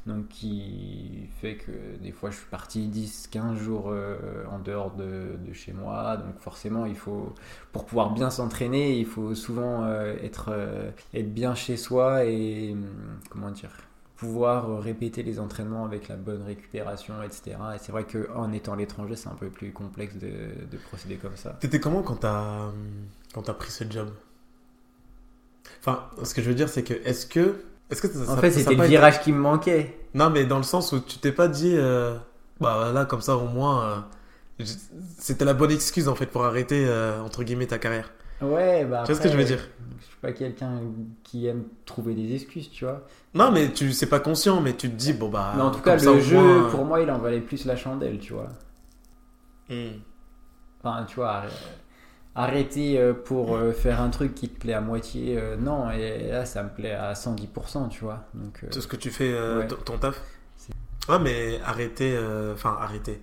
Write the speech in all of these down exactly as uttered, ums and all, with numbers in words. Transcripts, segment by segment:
donc qui fait que des fois je suis parti dix quinze jours euh, en dehors de, de chez moi, donc forcément il faut, pour pouvoir bien s'entraîner, il faut souvent euh, être, euh, être bien chez soi et comment dire, pouvoir répéter les entraînements avec la bonne récupération, et cetera. Et c'est vrai qu'en étant à l'étranger, c'est un peu plus complexe de, de procéder comme ça. T'étais comment quand t'as, quand t'as pris ce job? Enfin, ce que je veux dire, c'est que est-ce que... Est-ce que ça, En ça, fait, ça c'était a pas le été- virage qui me manquait. Non, mais dans le sens où tu t'es pas dit... euh, Bah là, comme ça, au moins... euh, j- C'était la bonne excuse, en fait, pour arrêter, euh, entre guillemets, ta carrière. Ouais, bah Tu vois ce que je veux après, dire? je suis pas quelqu'un qui aime trouver des excuses, tu vois. Non, mais tu c'est pas conscient, mais tu te dis, bon, bah... Mais en tout comme cas, ça, le au jeu, moins, euh, pour moi, il en valait plus la chandelle, tu vois. hmm. Enfin, tu vois, arr- arrêter euh, pour euh, faire un truc qui te plaît à moitié, euh, non. Et là, ça me plaît à cent dix pour cent, tu vois. Donc, euh, Tout ce que tu fais, euh, ouais. ton ton taf. C'est- Ouais, mais arrêter... euh, Enfin, arrêter.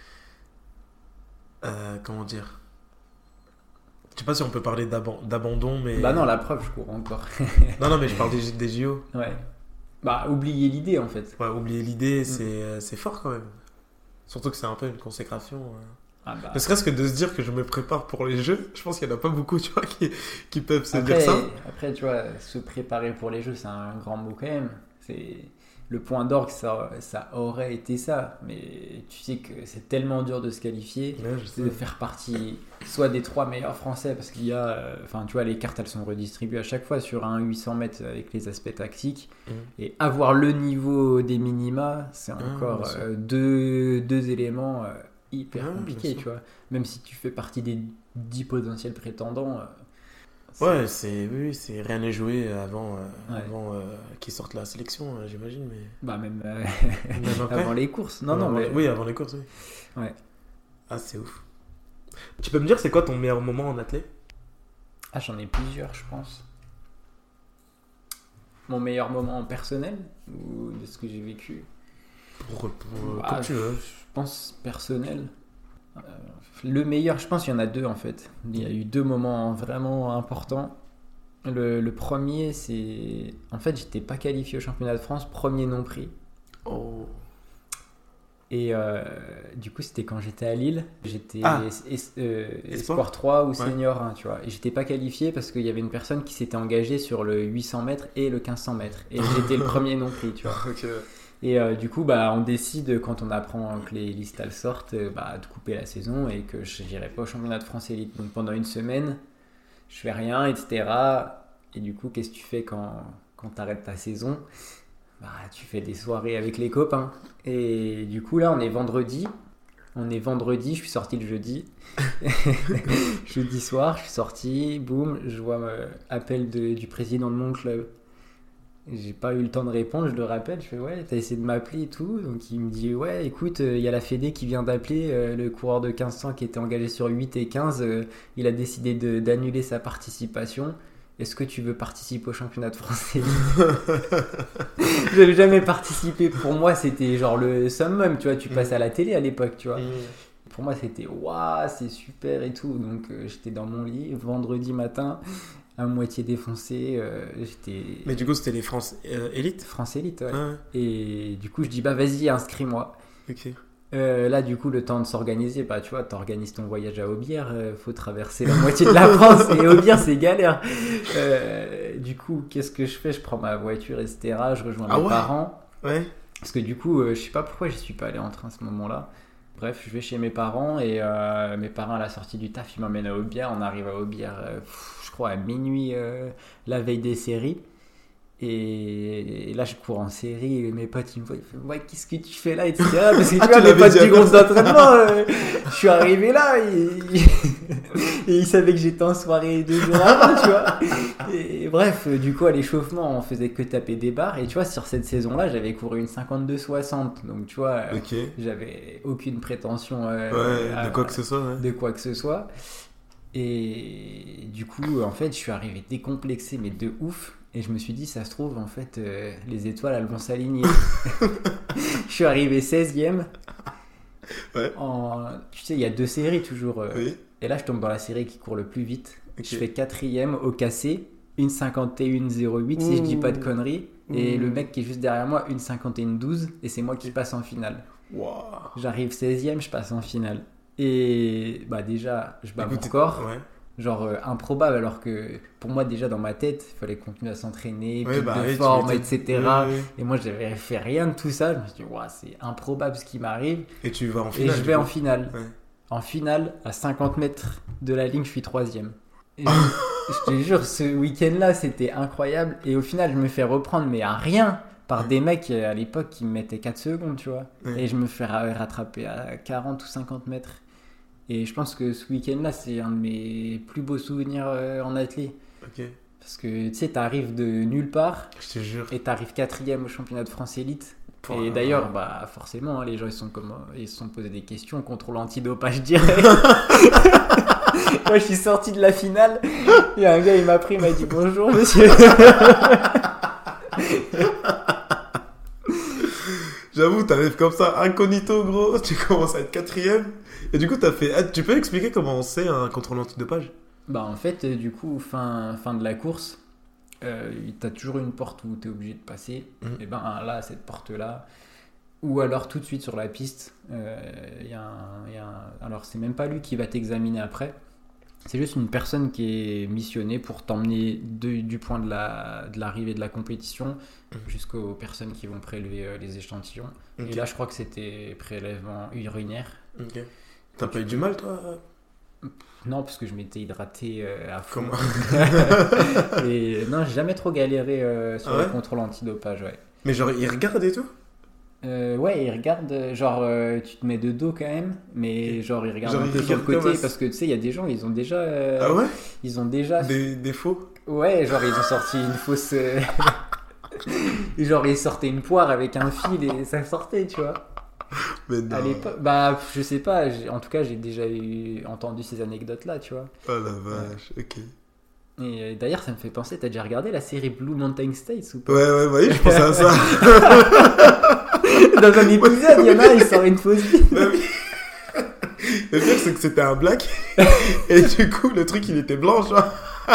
Euh, comment dire? Je sais pas si on peut parler d'aban- d'abandon, mais... Bah non, la preuve, je cours encore. Non, non, mais je parle des, des J O. Ouais. Bah, oublier l'idée, en fait. Ouais, oublier l'idée, Mm. c'est euh, c'est fort quand même. Surtout que c'est un peu une consécration. euh. Ah bah... Ne serait-ce que de se dire que je me prépare pour les jeux, je pense qu'il n'y en a pas beaucoup, tu vois, qui, qui peuvent se Après, dire ça. après, tu vois, se préparer pour les jeux, c'est un grand mot quand même. C'est le point d'orgue, ça, ça aurait été ça. Mais tu sais que c'est tellement dur de se qualifier, Ouais, je sais. de faire partie soit des trois meilleurs Français, parce qu'il y a, euh, enfin, tu vois, les cartes, elles sont redistribuées à chaque fois sur un huit cents mètres avec les aspects tactiques. Mm. Et avoir le niveau des minima, c'est Ah, encore bien sûr. euh, deux, deux éléments euh, hyper Ah, bien compliqués, sûr. tu vois. Même si tu fais partie des dix potentiels prétendants. euh, c'est- Ouais, c'est oui, c'est rien n'est joué avant, euh, Ouais. avant euh, qu'ils sortent la sélection, euh, j'imagine. Mais Bah même euh, même après. avant les courses. Non, Ouais, non, avant- mais... Oui, avant les courses, oui. Ouais. Ah, c'est ouf. Tu peux me dire, c'est quoi ton meilleur moment en athlète? Ah, j'en ai plusieurs, je pense. Mon meilleur moment personnel ou de ce que j'ai vécu. Pour, pour, euh, Ah, comme tu veux. Je pense personnel. Euh, le meilleur, je pense qu'il y en a deux en fait. Il y a eu deux moments vraiment importants. Le, le premier, c'est... En fait, j'étais pas qualifié au championnat de France, premier non pris. Oh. Et euh, du coup, c'était quand j'étais à Lille. J'étais Ah. es- es- euh, Espoir Espoir trois ou Ouais. Senior un, tu vois. Et j'étais pas qualifié parce qu'il y avait une personne qui s'était engagée sur le huit cents mètres et le quinze cents mètres. Et j'étais le premier non pris, tu vois. Ok. Et euh, du coup, bah, on décide, quand on apprend que les listes elles sortent, euh, bah, de couper la saison et que je n'irai pas au championnat de France élite. Donc pendant une semaine, je fais rien, et cetera. Et du coup, qu'est-ce que tu fais quand, quand tu arrêtes ta saison? Bah, tu fais des soirées avec les copains. Et du coup, là, on est vendredi. On est vendredi, je suis sorti le jeudi. Jeudi soir, je suis sorti, boum, je vois euh, appel de- du président de mon club. J'ai pas eu le temps de répondre, je le rappelle, je fais ouais, t'as essayé de m'appeler et tout. Donc il me dit ouais, écoute, il euh, y a la Fédé qui vient d'appeler, euh, le coureur de quinze cents qui était engagé sur huit et quinze, euh, il a décidé de- d'annuler sa participation. Est-ce que tu veux participer au championnat de France? J'avais jamais participé. Pour moi, c'était genre le summum, tu vois, tu passes à la télé à l'époque, tu vois. Mm. Pour moi, c'était waouh, c'est super et tout. Donc euh, j'étais dans mon lit vendredi matin, à moitié défoncé. euh, j'étais Mais du coup, c'était les France euh, Élite. France élite, ouais. Ah, Et du coup, je dis bah vas-y, inscris-moi. ok. Euh, là, du coup, le temps de s'organiser, bah tu vois, t'organises ton voyage à Aubière, euh, faut traverser la moitié de la France et Aubière, c'est galère. Euh, du coup, qu'est-ce que je fais? Je prends ma voiture, et cetera. Je rejoins Ah mes ouais parents. Ouais. Parce que du coup, euh, je sais pas pourquoi je suis pas allé en train à ce moment-là. Bref, je vais chez mes parents et euh, mes parents à la sortie du taf, ils m'emmènent à Aubière. On arrive à Aubière, euh, pff, je crois à minuit euh, la veille des séries. Et, et là, je cours en série et mes potes ils me voient, ils font, ouais, qu'est-ce que tu fais là, et cetera. Parce que tu Ah, vois, tu mes l'avais potes dit à du groupe personne. d'entraînement, euh, je suis arrivé là et, et ils savaient que j'étais en soirée deux jours avant, tu vois. Et bref, euh, du coup, à l'échauffement, on faisait que taper des barres. Et tu vois, sur cette saison-là, j'avais couru une cinquante-deux soixante. Donc, tu vois, euh, Ok. j'avais aucune prétention euh, Ouais, à- de quoi que ce soit. Ouais. de quoi que ce soit. Et du coup, en fait, je suis arrivé décomplexé, mais de ouf. Et je me suis dit, ça se trouve, en fait, euh, les étoiles, elles vont s'aligner. Je suis arrivé seizième. Ouais. En... Tu sais, il y a deux séries toujours. euh, Oui. Et là, je tombe dans la série qui court le plus vite. Ok. Je fais quatrième au cassé, une cinquante et un zéro huit, si je dis pas de Ouh. conneries. Et Mmh. le mec qui est juste derrière moi, une cinquante et une douze, et c'est moi qui passe en finale. Waouh. J'arrive seizième, je passe en finale. Et bah déjà, je bats Du coup, mon t'es- record. Ouais. Genre euh, improbable, alors que pour moi, déjà dans ma tête, il fallait continuer à s'entraîner, Ouais, pic bah, de ouais, tu forme, m'étais- et cetera. Ouais, ouais. Et moi, j'avais fait rien de tout ça. Je me suis dit, ouah, c'est improbable ce qui m'arrive. Et tu vas en Et finale. je du vais coup. en finale. Ouais. En finale, à cinquante mètres de la ligne, je suis troisième. Et je, je te jure, ce week-end-là, c'était incroyable. Et au final, je me fais reprendre, mais à rien, par Ouais. des mecs euh, à l'époque qui me mettaient quatre secondes, tu vois. Ouais. Et je me fais ra- rattraper à quarante ou cinquante mètres. Et je pense que ce week-end-là, c'est un de mes plus beaux souvenirs euh, en athlée. Ok. Parce que tu sais, t'arrives de nulle part Je te jure. et t'arrives quatrième au championnat de France élite. Pouah. Et d'ailleurs, bah forcément, hein, les gens ils sont comme, ils se sont posé des questions, contrôle antidopage direct. Moi, je suis sorti de la finale. Il y a un gars, il m'a pris, il m'a dit bonjour, monsieur. J'avoue, t'arrives comme ça, incognito, gros. Tu commences à être quatrième. Et du coup, t'as fait. Ah, tu peux expliquer comment c'est un contrôle antidopage? Bah en fait, euh, du coup, fin, fin de la course, euh, t'as toujours une porte où t'es obligé de passer. Mhm. Et ben là, cette porte-là, ou alors tout de suite sur la piste, euh, il y a un, il y a un- alors c'est même pas lui qui va t'examiner après. C'est juste une personne qui est missionnée pour t'emmener de- du point de la, de l'arrivée de la compétition Mhm. jusqu'aux personnes qui vont prélever euh, les échantillons. Ok. Et là, je crois que c'était prélèvement urinaire. Ok. T'as pas eu du mal, toi? Non, parce que je m'étais hydraté euh, à fond. Comment? Et non, j'ai jamais trop galéré euh, sur Ah ouais le contrôle antidopage, ouais. Mais genre, ils regardent et tout? Euh, ouais, ils regardent, euh, genre, euh, tu te mets de dos quand même, mais genre, ils regardent Genre, un ils peu sur le regardent côté, comme parce que tu sais, il y a des gens, ils ont déjà... euh, Ah ouais? Ils ont déjà... Des, des faux? Ouais, genre, ils ont sorti une fausse... euh, genre, ils sortaient une poire avec un fil et ça sortait, tu vois. Mais non. À l'époque, bah, je sais pas, j'ai- en tout cas, j'ai déjà eu, entendu ces anecdotes-là, tu vois. Oh la vache, ok. Et euh, d'ailleurs, ça me fait penser, t'as déjà regardé la série Blue Mountain State ou pas? Ouais, ouais, ouais, je pensais à ça. Dans un épisode, il y en a un, il sort une fausse bille. Bah oui. Le pire, c'est que c'était un black. Et du coup, le truc, il était blanc, genre.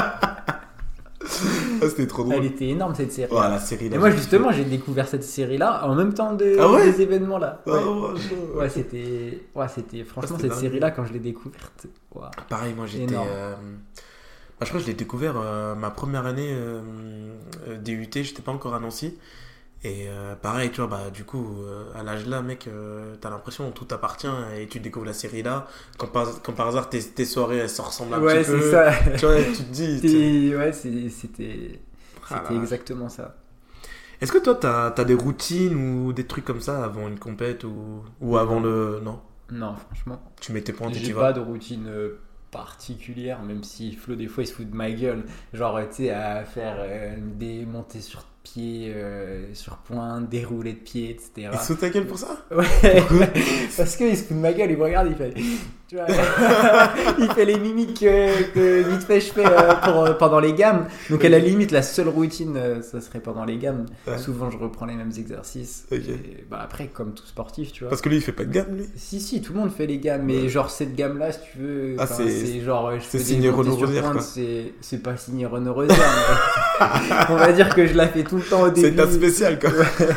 Ah, c'était trop drôle. Elle était énorme cette série. Oh, la série là. Et moi, j'ai justement, kiffé. j'ai découvert cette série-là en même temps de, Ah ouais des événements-là. Oh, Ouais, oh, chaud. ouais c'était. Ouais, c'était. Franchement, c'était cette dingue. série-là, quand je l'ai découverte. Wow. Pareil, moi j'étais. Énorme. euh, bah, je crois que je l'ai découvert euh, ma première année euh, euh, D U T, j'étais pas encore à Nancy. Et euh, pareil, tu vois, bah, du coup, euh, à l'âge là, mec, euh, t'as l'impression que tout t'appartient et tu découvres la série là. Quand par, quand par hasard tes, tes soirées elles se ressemblent un Ouais, petit peu. c'est ça. Tu vois, tu te dis. tu sais. C'était- Ouais, c'est- c'était. Ah, C'était la vache. exactement ça. Est-ce que toi t'as as des routines ou des trucs comme ça avant une compète ou, ou avant le. Non, Non, franchement. tu mets tes points et tu J'ai vas. pas de routine euh, particulière, même si Flo, des fois, il se fout de ma gueule. Genre, tu sais, à faire euh, des montées sur pied, euh, sur pointe, déroulés de pied, et cetera. Il se fout ta gueule pour ça? Ouais, parce qu'il se fout de ma gueule, il me regarde, il fait. Tu vois, il fait les mimiques que, que vite fait je fais euh, pour, euh, pendant les gammes. Donc, à la limite, la seule routine, euh, ça serait pendant les gammes. Ouais. Souvent, je reprends les mêmes exercices. Ok. Et, bah, après, comme tout sportif, tu vois. Parce que lui il fait pas de gamme lui. Si, si, tout le monde fait les gammes, mais Ouais. genre cette gamme-là, si tu veux, Ah, enfin, c'est- c'est genre, euh, je c'est fais signé des montées Renaud sur Rosière, pointe, quoi. c'est c'est pas signé Renaud Rosière, mais on va dire que je la fais tout le temps au début. C'est ta spéciale quoi.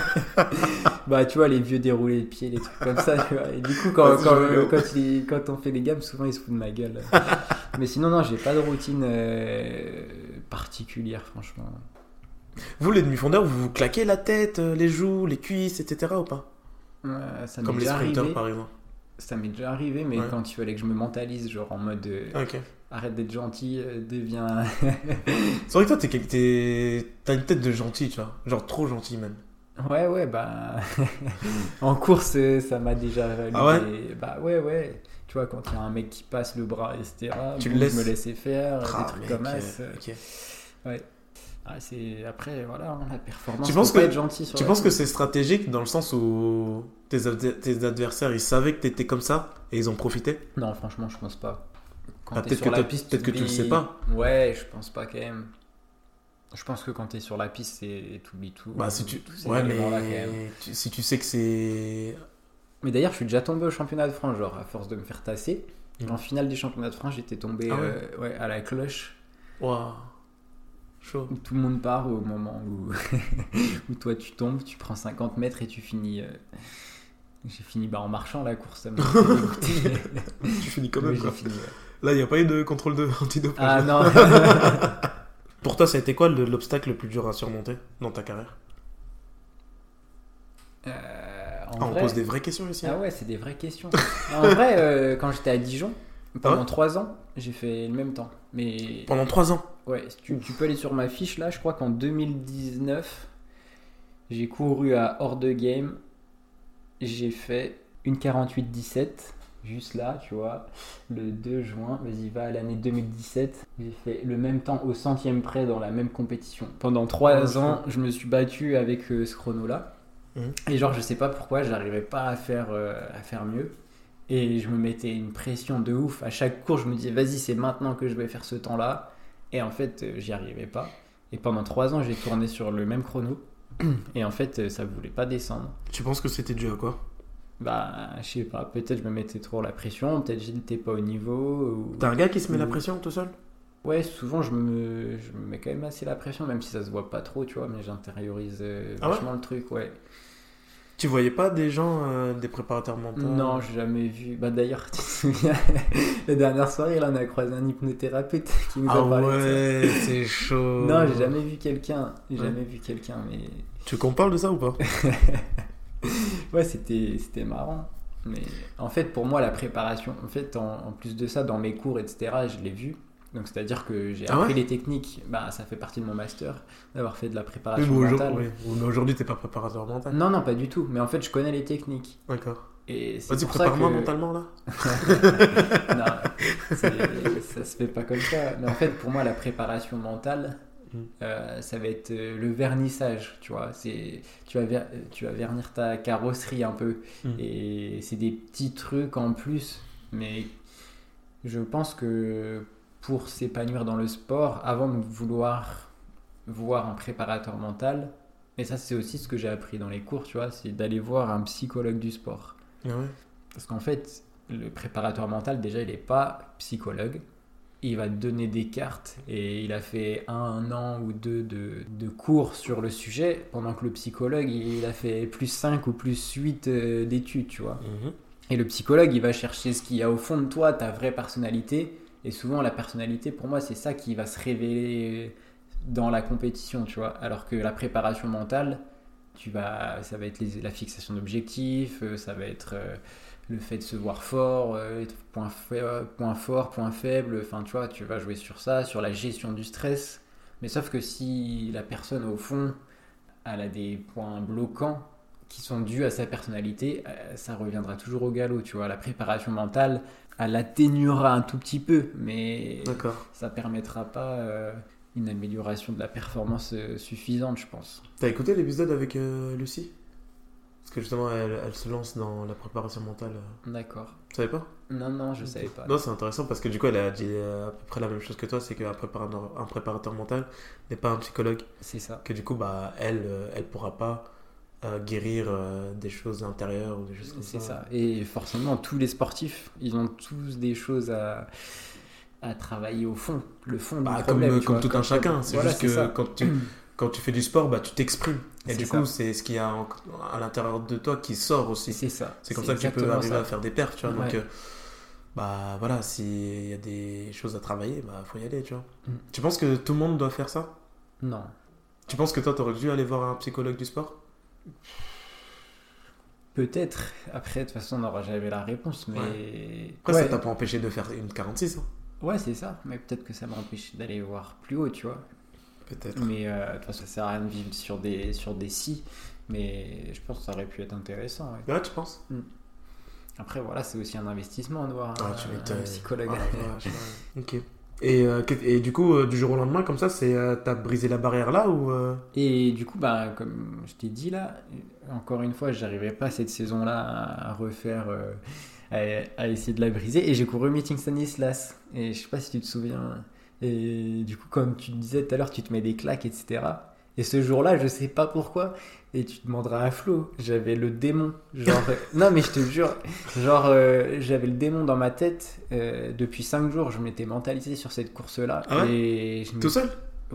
Bah, tu vois, les vieux déroulés de pied, les trucs comme ça, tu vois. Et du coup, quand, Vas-y, quand, je vais euh, au- quand, il- quand on fait les gammes, souvent ils se foutent de ma gueule. Mais sinon, non, j'ai pas de routine euh, particulière, franchement. Vous les demi-fondeurs, vous vous claquez la tête, euh, les joues, les cuisses, et cetera ou pas? Euh, ça m'est Comme les déjà sprinters arrivé. par exemple. Ça m'est déjà arrivé, mais Ouais. quand il fallait que je me mentalise, genre en mode euh, Ok. arrête d'être gentil, euh, deviens. C'est vrai que toi, t'es, quel- t'es- t'as une tête de gentil, tu vois. Genre trop gentil même. Ouais, ouais, bah. En course, euh, ça m'a déjà valu Ah ouais des- Bah, ouais, ouais. Tu vois, quand il y a un mec qui passe le bras, et cetera, Tu bon, le laisses je me laissais faire, Ah, des trucs mec, comme euh, ça. euh, ok. Ouais. Ah, c'est... Après, voilà, hein, la performance, Tu penses faut pas que- être gentil sur Tu la penses que piste. c'est stratégique dans le sens où tes, ad- tes adversaires, ils savaient que t'étais comme ça et ils ont profité? Non, franchement, je pense pas. Quand Ah, t'es peut-être sur que la t'as- piste, peut-être que tu le t'oublies- sais pas. Ouais, je pense pas quand même. Je pense que quand t'es sur la piste, c'est... t'oublies tout. Bah si tu... tous ces Ouais mais éléments-là, quand même. tu- si tu sais que c'est... Mais d'ailleurs, je suis déjà tombé au championnat de France, genre, à force de me faire tasser. Mhm. En finale des championnats de France, j'étais tombé Ah ouais euh, ouais, à la cloche. Waouh. chaud. Où tout le monde part au moment où, où toi tu tombes, tu prends cinquante mètres et tu finis. Euh... J'ai fini bah, en marchant la course, ça m'a dégoûté. Tu finis quand même, oui, quoi. Fini, ouais. Là, il n'y a pas eu de contrôle de antidopage. Ah non. Pour toi, ça a été quoi le- l'obstacle le plus dur à surmonter dans ta carrière? Euh, en Ah, on vrai... pose des vraies questions ici. Ah hein. ouais, c'est des vraies questions. En vrai, euh, quand j'étais à Dijon, pendant Ah. trois ans, j'ai fait le même temps. Mais Pendant trois ans. ouais, si tu, tu peux aller sur ma fiche là, je crois qu'en deux mille dix-neuf, j'ai couru à hors de game. J'ai fait une quarante-huit dix-sept, juste là, tu vois, le deux juin. Vas-y, va à l'année deux mille dix-sept. J'ai fait le même temps au centième près dans la même compétition. Pendant trois Ah, ans, je me suis battu avec euh, ce chrono-là. Mhm. Et genre, je sais pas pourquoi, j'arrivais pas à faire, euh, à faire mieux. Et je me mettais une pression de ouf. À chaque cours, je me disais, vas-y, c'est maintenant que je vais faire ce temps-là. Et en fait, euh, j'y arrivais pas. Et pendant trois ans, j'ai tourné sur le même chrono. Et en fait, euh, ça voulait pas descendre. Tu penses que c'était dû à quoi? Bah, je sais pas, peut-être je me mettais trop la pression, peut-être j'étais pas au niveau. Ou... T'es un gars qui se met la ou- pression tout seul? Ouais, souvent je me... je me mets quand même assez la pression, même si ça se voit pas trop, tu vois, mais j'intériorise euh, Ah ouais vachement le truc, ouais. Tu voyais pas des gens, euh, des préparateurs mentaux? Non, j'ai jamais vu. Bah d'ailleurs, tu te souviens, la dernière soirée, là, on a croisé un hypnothérapeute qui nous a Ah parlé de ouais, c'est chaud. ça. Non, j'ai jamais vu quelqu'un, j'ai Ouais. jamais vu quelqu'un, mais... Tu veux qu'on parle de ça ou pas? Ouais, c'était, c'était marrant. Mais en fait, pour moi, la préparation, en fait, en, en plus de ça, dans mes cours, et cetera, je l'ai vu. Donc, c'est-à-dire que j'ai Ah appris ouais les techniques. Bah, ça fait partie de mon master, d'avoir fait de la Oui, préparation mais mentale. aujourd'hui, oui. Mais aujourd'hui, t'es pas préparateur mental. Non, non, pas du tout. Mais en fait, je connais les techniques. D'accord. Et c'est Vas-y, pour ça prépare-moi que... mentalement là. Non, c'est- ça se fait pas comme ça. Mais en fait, pour moi, la préparation mentale, Mm. euh, ça va être euh, le vernissage, tu vois. C'est, tu, vas ver- tu vas vernir ta carrosserie un peu. Mm. Et c'est des petits trucs en plus. Mais je pense que pour s'épanouir dans le sport, avant de vouloir voir un préparateur mental, et ça, c'est aussi ce que j'ai appris dans les cours, tu vois, c'est d'aller voir un psychologue du sport. Ah ouais. Parce qu'en fait, le préparateur mental, déjà, il n'est pas psychologue. Il va te donner des cartes et il a fait un, un an ou deux de, de cours sur le sujet, pendant que le psychologue, il a fait plus cinq ou plus huit euh, d'études, tu vois. Mhm. Et le psychologue, il va chercher ce qu'il y a au fond de toi, ta vraie personnalité. Et souvent, la personnalité, pour moi, c'est ça qui va se révéler dans la compétition, tu vois. Alors que la préparation mentale, tu vas, ça va être les- la fixation d'objectifs, euh, ça va être euh, le fait de se voir fort, euh, point, fa- point fort, point faible. Enfin, tu vois, tu vas jouer sur ça, sur la gestion du stress. Mais sauf que si la personne, au fond, elle a des points bloquants qui sont dus à sa personnalité, euh, ça reviendra toujours au galop, tu vois. La préparation mentale, elle atténuera un tout petit peu, mais D'accord. ça permettra pas euh, une amélioration de la performance euh, suffisante, je pense. T'as écouté l'épisode avec euh, Lucie? Parce que justement, elle, elle se lance dans la préparation mentale. euh. D'accord. Tu savais pas? Non, non, je savais pas. Non, c'est intéressant parce que du coup, elle a dit euh, à peu près la même chose que toi, c'est qu'un préparateur, un préparateur mental n'est pas un psychologue. C'est ça. Que du coup, bah, elle, euh, elle pourra pas euh, guérir euh, des choses intérieures ou des choses comme ça. C'est ça. Et forcément, tous les sportifs, ils ont tous des choses à, à travailler au fond. Le fond Bah, du comme problème. euh, tu comme vois, tout un chacun. C'est voilà, juste c'est que ça. quand tu, quand tu fais du sport, bah, tu t'exprimes. Et C'est du ça. coup, c'est ce qu'il y a en- à l'intérieur de toi qui sort aussi. C'est ça. C'est comme ça que tu peux exactement arriver ça. à faire des perfs, tu vois. Donc, Ouais. euh, bah voilà, s'il y a des choses à travailler, bah faut y aller, tu vois. Mm. Tu penses que tout le monde doit faire ça? Non. Tu penses que toi, t'aurais dû aller voir un psychologue du sport? Peut-être. Après, de toute façon, on n'aura jamais la réponse. Mais. Après, ouais. ça t'a pas empêché de faire une quarante-six, hein. Ouais, c'est ça. Mais peut-être que ça m'empêche d'aller voir plus haut, tu vois. Peut-être. Mais euh, de toute façon, ça sert à rien de vivre sur des, sur des si. Mais je pense que ça aurait pu être intéressant. Ouais. Ouais, tu penses? Après, voilà, c'est aussi un investissement de voir Ah, un, tu un m'étonnes. psychologue. Ah, la vache, ouais. Ok. Et, euh, que- et du coup, euh, du jour au lendemain, comme ça, c'est euh, t'as brisé la barrière là ou euh, Et du coup, bah, comme je t'ai dit là, encore une fois, j'arrivais pas cette saison-là à, à refaire, euh, à, à essayer de la briser. Et j'ai couru Meeting Stanislas. Et je sais pas si tu te souviens. Et du coup, comme tu disais tout à l'heure, tu te mets des claques, et cetera. Et ce jour-là, je sais pas pourquoi, et tu demanderas à Flo, j'avais le démon. Genre, euh, non, mais je te jure, genre, euh, j'avais le démon dans ma tête. Euh, depuis cinq jours, je m'étais mentalisé sur cette course-là. Ah ouais et je me- tout seul? Ouais.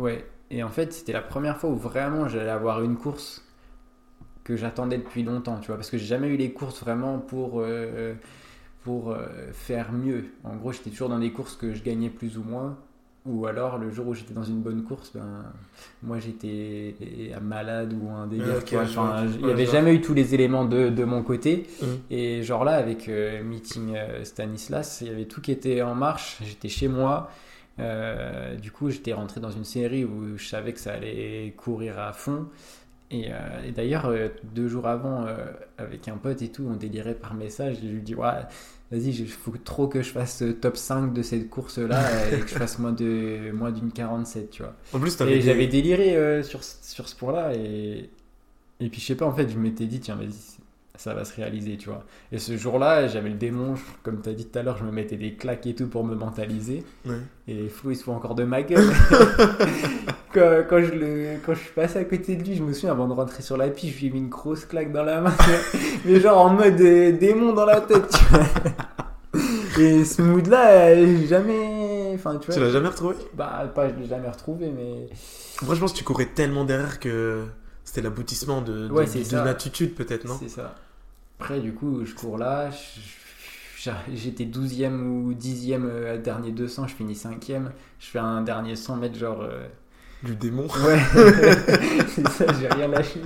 Et en fait, c'était la première fois où vraiment j'allais avoir une course que j'attendais depuis longtemps, tu vois, parce que j'ai jamais eu les courses vraiment pour, euh, pour euh, faire mieux. En gros, j'étais toujours dans des courses que je gagnais plus ou moins, ou alors le jour où j'étais dans une bonne course, ben, moi j'étais malade ou un délire, Ok, tu vois. je vois. Enfin, il n'y Ouais, avait je vois. jamais eu tous les éléments de, de mon côté. Mhm. Et genre là, avec euh, Meeting euh, Stanislas, il y avait tout qui était en marche. J'étais chez moi. Euh, du coup, j'étais rentré dans une série où je savais que ça allait courir à fond. Et, euh, et d'ailleurs, euh, deux jours avant, euh, avec un pote et tout, on délirait par message. Je lui dis, ouais, vas-y, il faut trop que je fasse euh, top cinq de cette course-là et que je fasse moins, de, moins d'une quarante-sept, tu vois. En plus, t'avais Et des... j'avais déliré euh, sur, sur ce point-là. Et, et puis, je sais pas, en fait, je m'étais dit, tiens, vas-y, ça va se réaliser, tu vois. Et ce jour-là, j'avais le démon, je- comme tu as dit tout à l'heure, je me mettais des claques et tout pour me mentaliser. Ouais. Et Flo, il se fout encore de ma gueule. quand, quand, je le, quand je suis passé à côté de lui, je me souviens, avant de rentrer sur la piste, je lui ai mis une grosse claque dans la main. Mais genre en mode euh, démon dans la tête, tu vois. Et ce mood-là, euh, j'ai jamais... Enfin, tu vois. Tu l'as jamais retrouvé? Bah, pas, je l'ai jamais retrouvé, mais... Moi, je pense que tu courais tellement derrière que c'était l'aboutissement de, de, Ouais, c'est d'une ça. attitude, peut-être, non? C'est ça. Après, du coup, je cours là. je- J'étais douzième ou dixième euh, à dernier deux cents, je finis cinquième. Je fais un dernier cent mètres, genre. euh, Du démon. Ouais, c'est ça, j'ai rien lâché.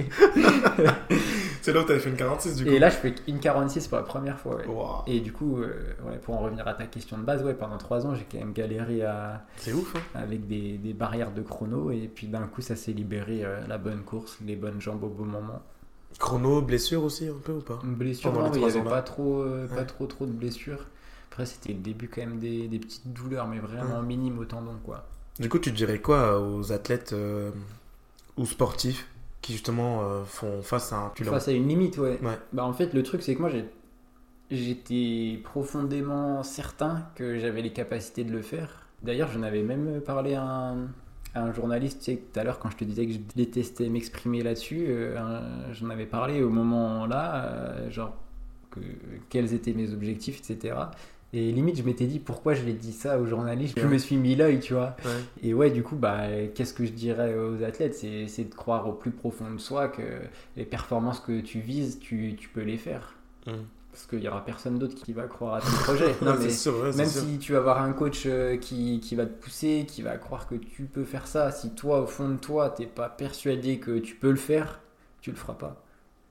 C'est là où t'avais fait une quarante-six, du coup. Et là, je fais une quarante-six pour la première fois. Ouais. Wow. Et du coup, euh, ouais, pour en revenir à ta question de base, ouais, pendant trois ans, j'ai quand même galéré à, C'est ouf, hein. avec des, des barrières de chrono. Et puis d'un coup, ça s'est libéré, euh, la bonne course, les bonnes jambes au bon moment. Chrono, blessure aussi, un peu ou pas? Une blessure, Pendant non, les il n'y trois avait ans-là. pas trop, euh, pas Ouais. trop, trop de blessures. Après, c'était le début quand même des, des petites douleurs, mais vraiment minimes au tendon, quoi. Du coup, tu dirais quoi aux athlètes euh, ou sportifs qui, justement, euh, font face à un... Tu l'as- Face à une limite, ouais. Ouais. Bah, en fait, le truc, c'est que moi, j'ai- j'étais profondément certain que j'avais les capacités de le faire. D'ailleurs, j'en avais même parlé à un, à un journaliste, tu sais, tout à l'heure, quand je te disais que je détestais m'exprimer là-dessus, euh, un- j'en avais parlé au moment-là, euh, genre, que, quels étaient mes objectifs, et cetera. Et limite, je m'étais dit, pourquoi je l'ai dit ça aux journalistes? Je Ouais. me suis mis l'œil, tu vois. Ouais. Et ouais, du coup, bah, qu'est-ce que je dirais aux athlètes? C'est, c'est de croire au plus profond de soi que les performances que tu vises, tu, tu peux les faire. Mm. Parce qu'il n'y aura personne d'autre qui va croire à tes projets. Non, Ouais, mais c'est sûr, ouais, c'est même sûr. si tu vas avoir un coach euh, qui, qui va te pousser, qui va croire que tu peux faire ça, si toi, au fond de toi, t'es pas persuadé que tu peux le faire, tu le feras pas.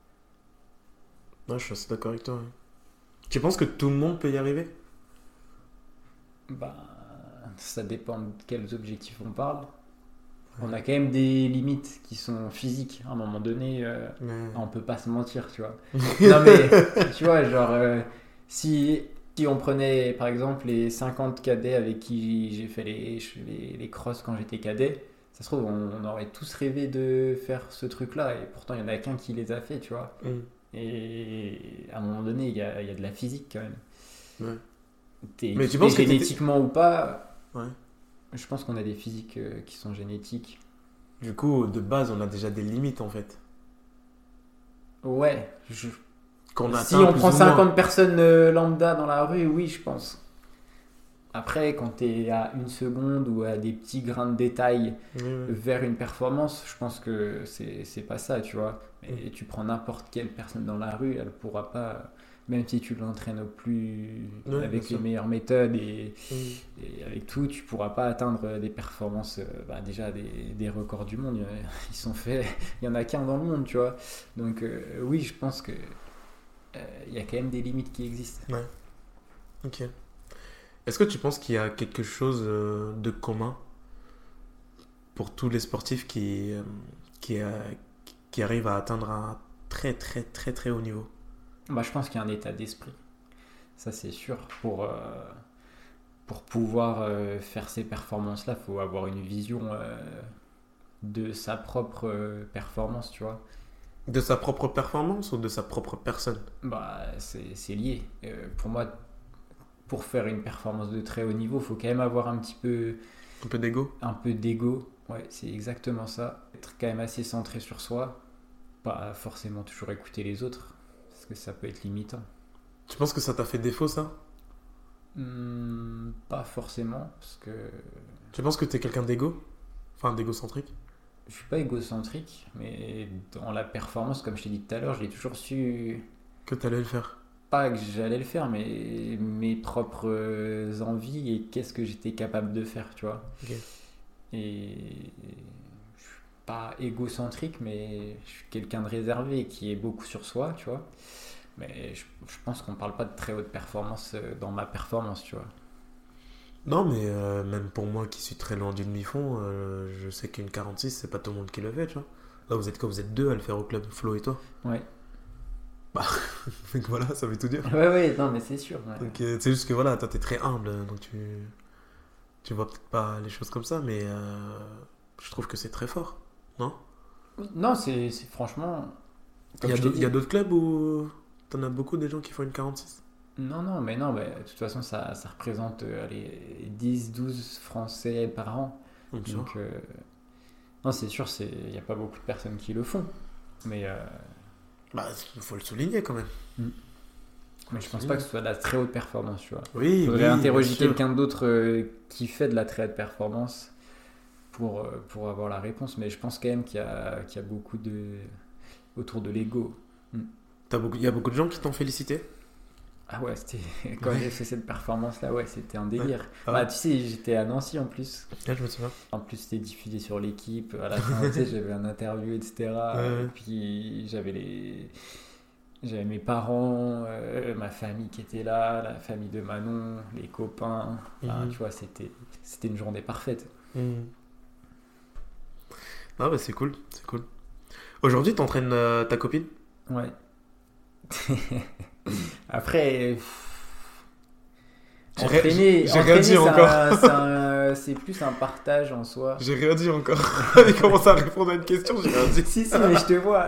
Ouais, je suis assez d'accord avec toi. ouais. Tu penses que tout le monde peut y arriver? Bah, ça dépend de quels objectifs on parle. On a quand même des limites qui sont physiques. À un moment donné, euh, Ouais. on peut pas se mentir, tu vois. Non mais, tu vois, genre, euh, si, si on prenait par exemple les cinquante cadets avec qui j'ai fait les, les, les crosses quand j'étais cadet, ça se trouve, on, on aurait tous rêvé de faire ce truc-là, et pourtant il y en a qu'un qui les a fait, tu vois. Mm. Et à un moment donné, il y a, il y a de la physique quand même. Ouais. T'es Mais tu équipé penses que t'étais- génétiquement ou pas, Ouais. je pense qu'on a des physiques euh, qui sont génétiques. Du coup, de base, on a déjà des limites, en fait. Ouais, je, Qu'on si atteint on plus prend ou moins. cinquante personnes euh, lambda dans la rue, oui, je pense. Après, quand tu es à une seconde ou à des petits grains de détail Ouais, ouais. vers une performance, je pense que c'est c'est pas ça, tu vois. Et tu prends n'importe quelle personne dans la rue, elle pourra pas, même si tu l'entraînes au plus Ouais, bien avec sûr. les meilleures méthodes et, Mm. et avec tout, tu pourras pas atteindre des performances, euh, bah, déjà des, des records du monde. Ils sont faits, il y en a qu'un dans le monde, tu vois. Donc euh, oui, je pense que euh, il y a quand même des limites qui existent. Ok. Est-ce que tu penses qu'il y a quelque chose euh, de commun pour tous les sportifs qui, euh, qui, euh, qui arrivent à atteindre un très très très très haut niveau? Bah, je pense qu'il y a un état d'esprit. Ça, c'est sûr. Pour, euh, pour pouvoir euh, faire ces performances-là, il faut avoir une vision euh, de sa propre euh, performance, tu vois. De sa propre performance ou de sa propre personne? Bah, c'est, c'est lié. Euh, pour moi, pour faire une performance de très haut niveau, il faut quand même avoir un petit peu, Un peu d'ego? un peu d'ego. Ouais, c'est exactement ça. Être quand même assez centré sur soi. Pas forcément toujours écouter les autres, parce que ça peut être limitant. Tu penses que ça t'a fait défaut, ça? Hmm, pas forcément, parce que Tu penses que t'es quelqu'un d'ego? Enfin, d'égocentrique. Je suis pas égocentrique, mais dans la performance, comme je t'ai dit tout à l'heure, j'ai toujours su, Que t'allais le faire. pas que j'allais le faire, mais mes propres euh, envies et qu'est-ce que j'étais capable de faire, tu vois. Ok. Et je suis pas égocentrique, mais je suis quelqu'un de réservé qui est beaucoup sur soi, tu vois. Mais je, je pense qu'on parle pas de très haute performance euh, dans ma performance, tu vois. Non, mais euh, même pour moi qui suis très loin du demi-fond, euh, je sais qu'une quarante-six, c'est pas tout le monde qui le fait, tu vois. Là, vous êtes quoi? Vous êtes deux à le faire au club, Flo et toi. Ouais. Donc voilà, ça veut tout dire. Ouais, ouais, non, mais c'est sûr. Ouais. Donc euh, c'est juste que voilà, toi t'es très humble, donc tu, tu vois peut-être pas les choses comme ça, mais euh, je trouve que c'est très fort, non? Non, c'est c'est franchement. Il Comme y a je t'ai d'autres- dit. il y a d'autres clubs où t'en as beaucoup des gens qui font une quarante-six? Non, non, mais non, bah, de toute façon, ça, ça représente euh, allez, dix douze Français par an. Donc, tu Donc, vois. euh, non, c'est sûr, c'est- il n'y a pas beaucoup de personnes qui le font. Mais, euh, Bah, il faut le souligner quand même. mais je pense pas que ce soit de la très haute performance, tu vois. Oui, Il faudrait oui, interroger bien sûr. quelqu'un d'autre euh, qui fait de la très haute performance pour, euh, pour avoir la réponse. Mais je pense quand même qu'il y a, qu'il y a beaucoup de. Autour de l'ego. T'as beaucoup, il y a beaucoup de gens qui t'ont félicité. Ah ouais, c'était quand Ouais. j'ai fait cette performance là, ouais, c'était un délire. Ah Bah, ouais. tu sais, j'étais à Nancy en plus. Là, je me souviens. En plus, c'était diffusé sur l'équipe. À la fin, tu sais, j'avais un interview, et cetera. Ouais. Et puis, j'avais les. J'avais mes parents, euh, ma famille qui était là, la famille de Manon, les copains. Enfin, Mhm. tu vois, c'était, c'était une journée parfaite. Hmm. Ah bah c'est cool, c'est cool. Aujourd'hui, t'entraînes euh, ta copine? Ouais. Après, pff, J'ai ré- entraîner, j'ai rien entraîner, dit c'est encore. un- c'est un- c'est plus un partage en soi. J'ai rien dit encore. Il commence à répondre à une question, j'ai rien dit. Si, si, mais je te vois.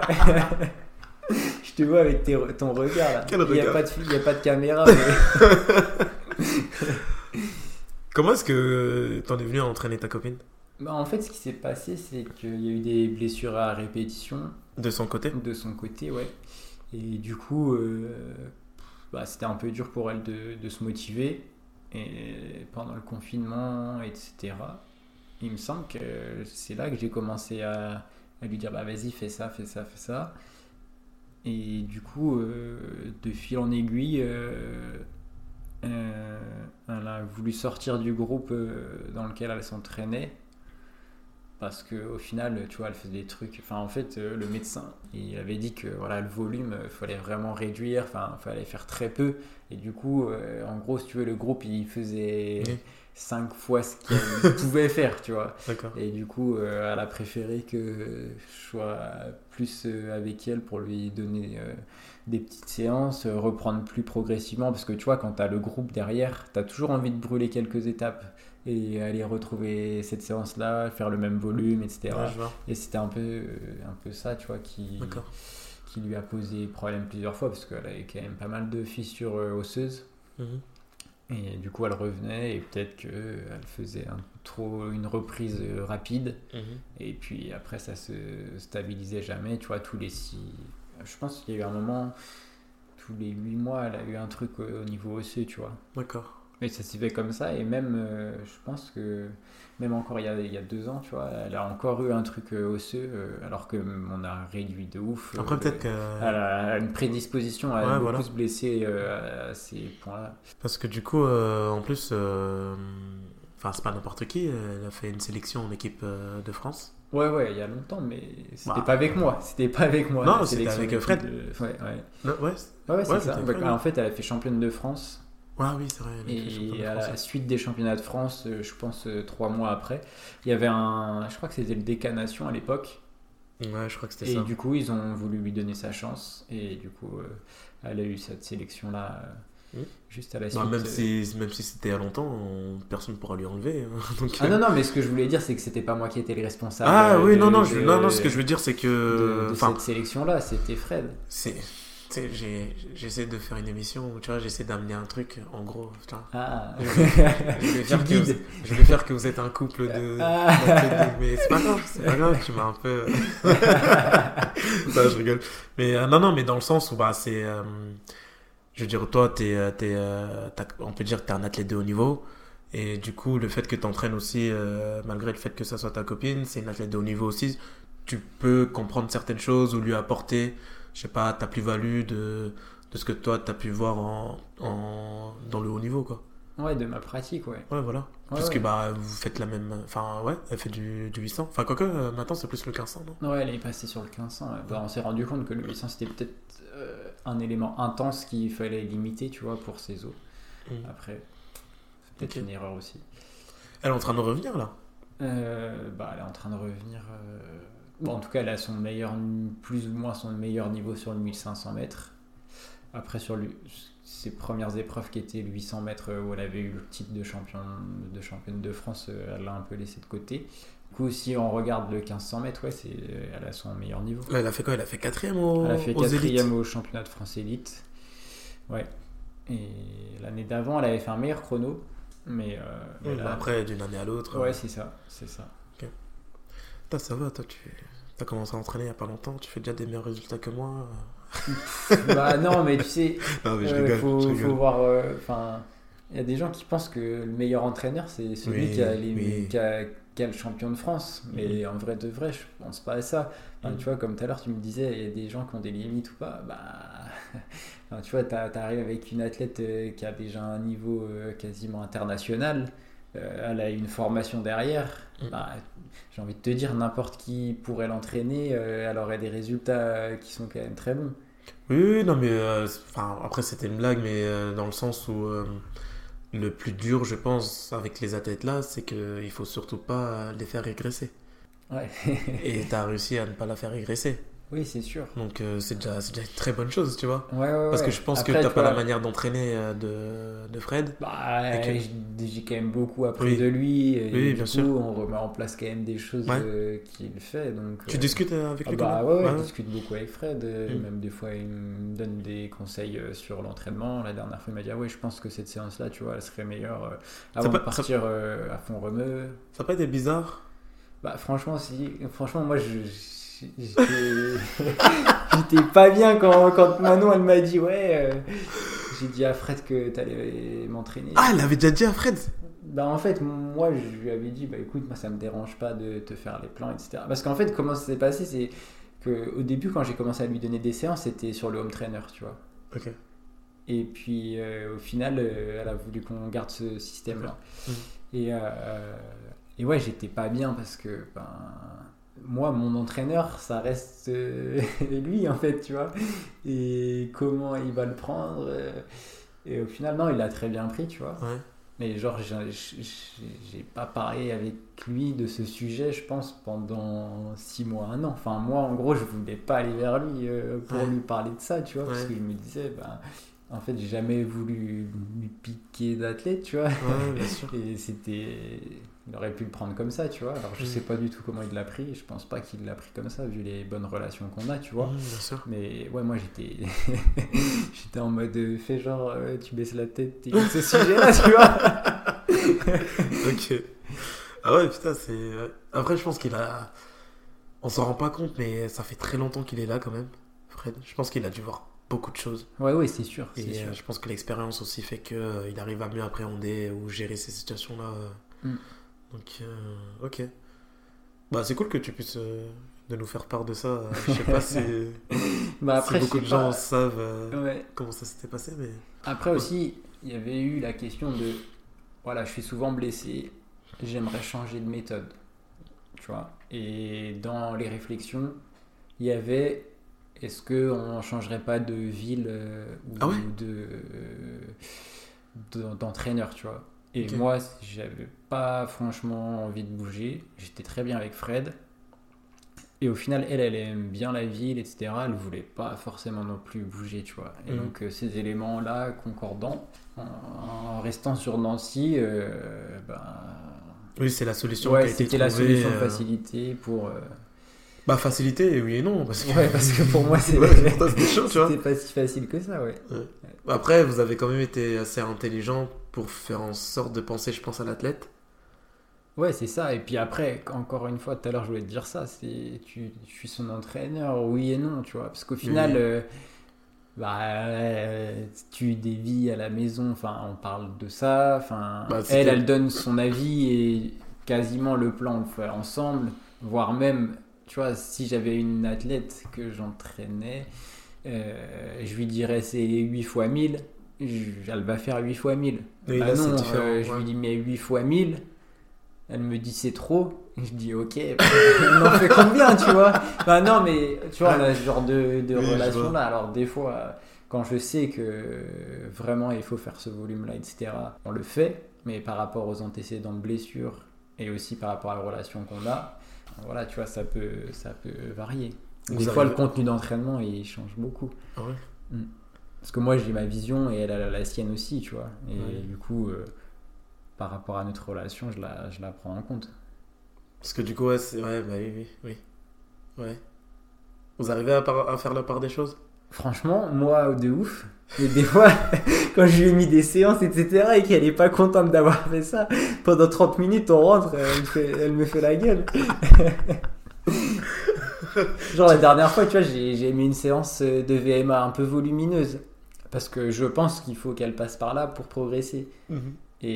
Je te vois avec tes- ton regard là. Quel Il n'y a, regard pas de fi- il y a pas de caméra. Mais... Comment est-ce que t'en es venu à entraîner ta copine? Bah, en fait, ce qui s'est passé, c'est qu'il y a eu des blessures à répétition De son côté? de son côté, ouais. Et du coup, euh, bah, c'était un peu dur pour elle de, de se motiver. Et pendant le confinement, et cetera, il me semble que c'est là que j'ai commencé à, à lui dire bah, vas-y, fais ça, fais ça, fais ça. Et du coup, euh, de fil en aiguille, euh, euh, elle a voulu sortir du groupe euh, dans lequel elle s'entraînait. Parce qu'au final, tu vois, elle faisait des trucs. Enfin, en fait, euh, le médecin, il avait dit que voilà, le volume, il fallait vraiment réduire. Enfin, il fallait faire très peu. Et du coup, euh, en gros, si tu veux, le groupe, il faisait Oui. cinq fois ce qu'il pouvait faire, tu vois. D'accord. Et du coup, euh, elle a préféré que je sois plus euh, avec elle pour lui donner euh, des petites séances, euh, reprendre plus progressivement. Parce que tu vois, quand tu as le groupe derrière, tu as toujours envie de brûler quelques étapes et aller retrouver cette séance-là, faire le même volume, et cetera. Ouais, je vois. Et c'était un peu, euh, un peu ça, tu vois, qui, D'accord. qui lui a posé problème plusieurs fois parce qu'elle avait quand même pas mal de fissures euh, osseuses. Mhm. Et du coup, elle revenait et peut-être qu'elle faisait un, trop une reprise euh, rapide. Mhm. Et puis après, ça se stabilisait jamais, tu vois, tous les six... Je pense qu'il y a eu un moment, tous les huit mois, elle a eu un truc au, au niveau osseux, tu vois. D'accord. Et ça s'est fait comme ça, et même, euh, je pense que, même encore il y, a, il y a deux ans, tu vois, elle a encore eu un truc euh, osseux, euh, alors qu'on a réduit de ouf. Après, euh, peut-être que. Elle a une prédisposition à Ouais, beaucoup voilà. se blesser euh, à ces points-là. Parce que du coup, euh, en plus. euh, Enfin, c'est pas n'importe qui. Elle a fait une sélection en équipe euh, de France. Ouais, ouais, il y a longtemps, mais c'était Bah. pas avec moi. C'était pas avec moi. Non, la c'était sélection avec d'équipe Fred. de- Ouais, ouais. Non, ouais. Ouais, ouais, c'est Ouais, ça. c'était Ouais, Fred, en ouais. fait, elle a fait championne de France. Ouais, oui, c'est vrai. elle a fait champion de Et à France. la suite des championnats de France, euh, je pense euh, trois mois après, il y avait un. Je crois que c'était le D K Nation à l'époque. Ouais, je crois que c'était Et ça. du coup, ils ont voulu lui donner sa chance. Et du coup, euh, elle a eu cette sélection-là euh, Mm. juste à la Bah, suite. même, euh. si, même si c'était il y a longtemps, on- personne ne pourra lui enlever. hein. Donc, Ah euh, non, non, mais ce que je voulais dire, c'est que c'était pas moi qui étais le responsable. Ah euh, oui, de- non, non, je- de- non, non, ce que je veux dire, c'est de, que. de Enfin, cette sélection-là, c'était Fred. c'est. Tu sais, j'ai- j'essaie de faire une émission où, tu vois, j'essaie d'amener un truc, en gros, tu vois. Ah, Je vais tu faire que guides. vous, je vais faire que vous êtes un couple de. Ah. de- mais c'est pas grave, c'est pas grave, tu m'as un peu. Ça, je rigole. Mais euh, non, non, mais dans le sens où, bah, c'est. euh, je veux dire, toi, t'es, euh, t'es, euh, t'as- on peut dire que t'es un athlète de haut niveau. Et du coup, le fait que tu entraînes aussi, euh, malgré le fait que ça soit ta copine, c'est une athlète de haut niveau aussi, tu peux comprendre certaines choses ou lui apporter, je sais pas, ta plus-value de, de ce que toi, tu as pu voir en, en, dans le haut niveau, quoi. Ouais, de ma pratique, ouais. Ouais, voilà. Ouais, Parce ouais. que bah, vous faites la même. Enfin, ouais, elle fait du, du huit cents. Enfin, quoique, euh, maintenant, c'est plus le quinze cents, non? Ouais, elle est passée sur le quinze cents. Ouais. Bah, on s'est rendu compte que le huit cents, c'était peut-être euh, un élément intense qu'il fallait limiter, tu vois, pour ses os. Mm. Après, c'est peut-être Ok. une erreur aussi. Elle est en train de revenir, là. Euh, bah, elle est en train de revenir. euh, Bon, en tout cas, elle a son meilleur, plus ou moins son meilleur niveau sur le mille cinq cents mètres. Après, sur lui, ses premières épreuves qui étaient le huit cents mètres où elle avait eu le titre de, champion, de championne de France, elle l'a un peu laissé de côté. Du coup, si on regarde le quinze cents mètres, ouais, c'est, elle a son meilleur niveau. Là, elle a fait quoi? Elle a fait quatrième au, Elle a fait aux élites. quatrième au championnat de France élite. Ouais. Et l'année d'avant, elle avait fait un meilleur chrono. Mais, euh, mais Mm, là, bah, après, d'une année à l'autre. ouais, euh, c'est ça. C'est ça. Toi, ça va, toi, tu as commencé à entraîner il y a pas longtemps, tu fais déjà des meilleurs résultats que moi. Bah non, mais tu sais, Non, mais je euh, rigole. faut, je faut rigole. voir. Enfin, il y a des gens qui pensent que le meilleur entraîneur, c'est celui Oui, qui, a les, oui. qui, a, qui a le champion de France. Mais Mhm. en vrai de vrai, je pense pas à ça. Enfin, Mhm. Tu vois, comme tout à l'heure, tu me disais, il y a des gens qui ont des limites ou pas. Bah, enfin, tu vois, t'a- t'arrives avec une athlète euh, qui a déjà un niveau euh, quasiment international. Euh, elle a une formation derrière. Mhm. Bah, j'ai envie de te dire, n'importe qui pourrait l'entraîner. euh, elle aurait des résultats qui sont quand même très bons. Oui, oui, non, mais euh, c'est- enfin, après, c'était une blague, mais euh, dans le sens où euh, le plus dur, je pense, avec les athlètes là, c'est qu'il faut surtout pas les faire régresser. Ouais. Et tu as réussi à ne pas la faire régresser. Oui, c'est sûr. Donc, euh, c'est déjà, c'est déjà une très bonne chose, tu vois. Ouais, ouais, Parce ouais. que je pense Après, que t'as tu pas vois, la manière d'entraîner euh, de, de Fred. bah, Et que- j'ai j'ai quand même beaucoup appris Oui. de lui. Et Oui, du bien coup, sûr. on remet en place quand même des choses Ouais. euh, qu'il fait. Donc, Tu euh, discutes euh, avec ah lui quand bah même ouais, ouais, Ouais, je ouais. discute beaucoup avec Fred. euh, Mm. Même des fois, il me donne des conseils euh, sur l'entraînement. La dernière fois, il m'a dit ah ouais, je pense que cette séance-là, tu vois, elle serait meilleure euh, avant peut- de partir euh, à fond remue. Ça n'a pas été bizarre? Bah franchement, si, franchement, moi, je, je- j'étais, j'étais pas bien quand, quand Manon, elle m'a dit ouais. euh, J'ai dit à Fred que t'allais m'entraîner. Ah, elle avait déjà dit à Fred? Bah en fait, moi, je lui avais dit, bah écoute, moi, ça me dérange pas de te faire les plans, et cetera. Parce qu'en fait, comment ça s'est passé, c'est que au début, quand j'ai commencé à lui donner des séances, c'était sur le home trainer, tu vois. Ok. Et puis, euh, au final, euh, elle a voulu qu'on garde ce système-là. Mhm. Et, euh, et ouais, j'étais pas bien parce que, ben, moi, mon entraîneur, ça reste euh, lui, en fait, tu vois. Et comment il va le prendre euh, Et au final, non, il l'a très bien pris, tu vois. Ouais. Mais genre, j'ai j'ai- j'ai pas parlé avec lui de ce sujet, je pense, pendant six mois, un an. Enfin, moi, en gros, je voulais pas aller vers lui euh, pour Ouais. lui parler de ça, tu vois, parce Ouais. que je me disais, ben, en fait, j'ai jamais voulu lui piquer d'athlète, tu vois. Ouais, bien sûr. Et c'était... Il aurait pu le prendre comme ça, tu vois. Alors, je Mm. sais pas du tout comment il l'a pris. Je pense pas qu'il l'a pris comme ça, vu les bonnes relations qu'on a, tu vois. Mhm, bien sûr. Mais ouais, moi j'étais j'étais en mode euh, fais genre euh, tu baisses la tête, t'es ce sujet-là, tu vois. Ok. Ah ouais, putain, c'est. ouais. Après, je pense qu'il a. On s'en rend pas compte, mais ça fait très longtemps qu'il est là quand même, Fred. Je pense qu'il a dû voir beaucoup de choses. Ouais, ouais, c'est sûr, c'est Et sûr. euh, je pense que l'expérience aussi fait qu'il arrive à mieux appréhender ou gérer ces situations-là. euh. Mm. Donc, euh, ok. Bah, c'est cool que tu puisses euh, de nous faire part de ça. Euh, je sais pas si, Bah si après, beaucoup je de sais gens pas. savent euh, Ouais. comment ça s'était passé, mais. Après aussi, il y avait eu la question de voilà, je suis souvent blessé, j'aimerais changer de méthode, tu vois. Et dans les réflexions, il y avait est-ce que on changerait pas de ville euh, ou Ah ouais de de- d'entraîneur, tu vois. Et Ok. moi, j'avais pas franchement envie de bouger. J'étais très bien avec Fred. Et au final, elle, elle aime bien la ville, et cetera. Elle voulait pas forcément non plus bouger, tu vois. Et Mhm. donc, euh, ces éléments-là, concordants, en, en restant sur Nancy, euh, ben, Oui, c'est la solution ouais, qui a été c'était la trouvée, solution de euh, facilité pour... euh, Bah, facilité, oui et non. Parce que, Ouais, parce que pour moi, c'est- Ouais, pour toi, c'était chaud, tu vois. c'était pas si facile que ça, ouais. Après, vous avez quand même été assez intelligent pour faire en sorte de penser, je pense, à l'athlète. Ouais, c'est ça. Et puis après, encore une fois, tout à l'heure, je voulais te dire ça. C'est, tu, je suis son entraîneur, oui et non, tu vois. Parce qu'au final, Oui. euh, bah, euh, tu dévis à la maison, enfin, on parle de ça, enfin, Bah, elle, c'était- elle donne son avis et quasiment le plan, on le fait ensemble, voire même, tu vois, si j'avais une athlète que j'entraînais, euh, je lui dirais c'est huit fois mille, je- elle va faire huit fois mille. Oui, Bah là, c'est non, différent, euh, je ouais. lui dis mais huit fois mille, elle me dit c'est trop. Je dis ok, bah, on en fait combien, tu vois? Bah non, mais tu vois, on a ce genre de, de Oui, je relation vois. là. Alors des fois, euh, quand je sais que vraiment il faut faire ce volume là, et cetera, on le fait, mais par rapport aux antécédents de blessures et aussi par rapport à la relation qu'on a, voilà, tu vois, ça peut, ça peut varier. Vous Des fois, le arrivez- contenu d'entraînement il change beaucoup. Ah ouais. Parce que moi j'ai ma vision et elle a la sienne aussi, tu vois. Et Ouais. du coup, euh, par rapport à notre relation, je la, je la prends en compte. Parce que du coup, ouais, c'est... ouais, bah oui, oui, oui. Ouais. Vous arrivez à, par- à faire la part des choses? Franchement, moi, de ouf. Mais des fois, quand je lui ai mis des séances, et cetera, et qu'elle est pas contente d'avoir fait ça, pendant trente minutes, on rentre, elle me fait, elle me fait la gueule. Genre, la dernière fois, tu vois, j'ai, j'ai mis une séance de V M A un peu volumineuse. Parce que je pense qu'il faut qu'elle passe par là pour progresser. Mhm.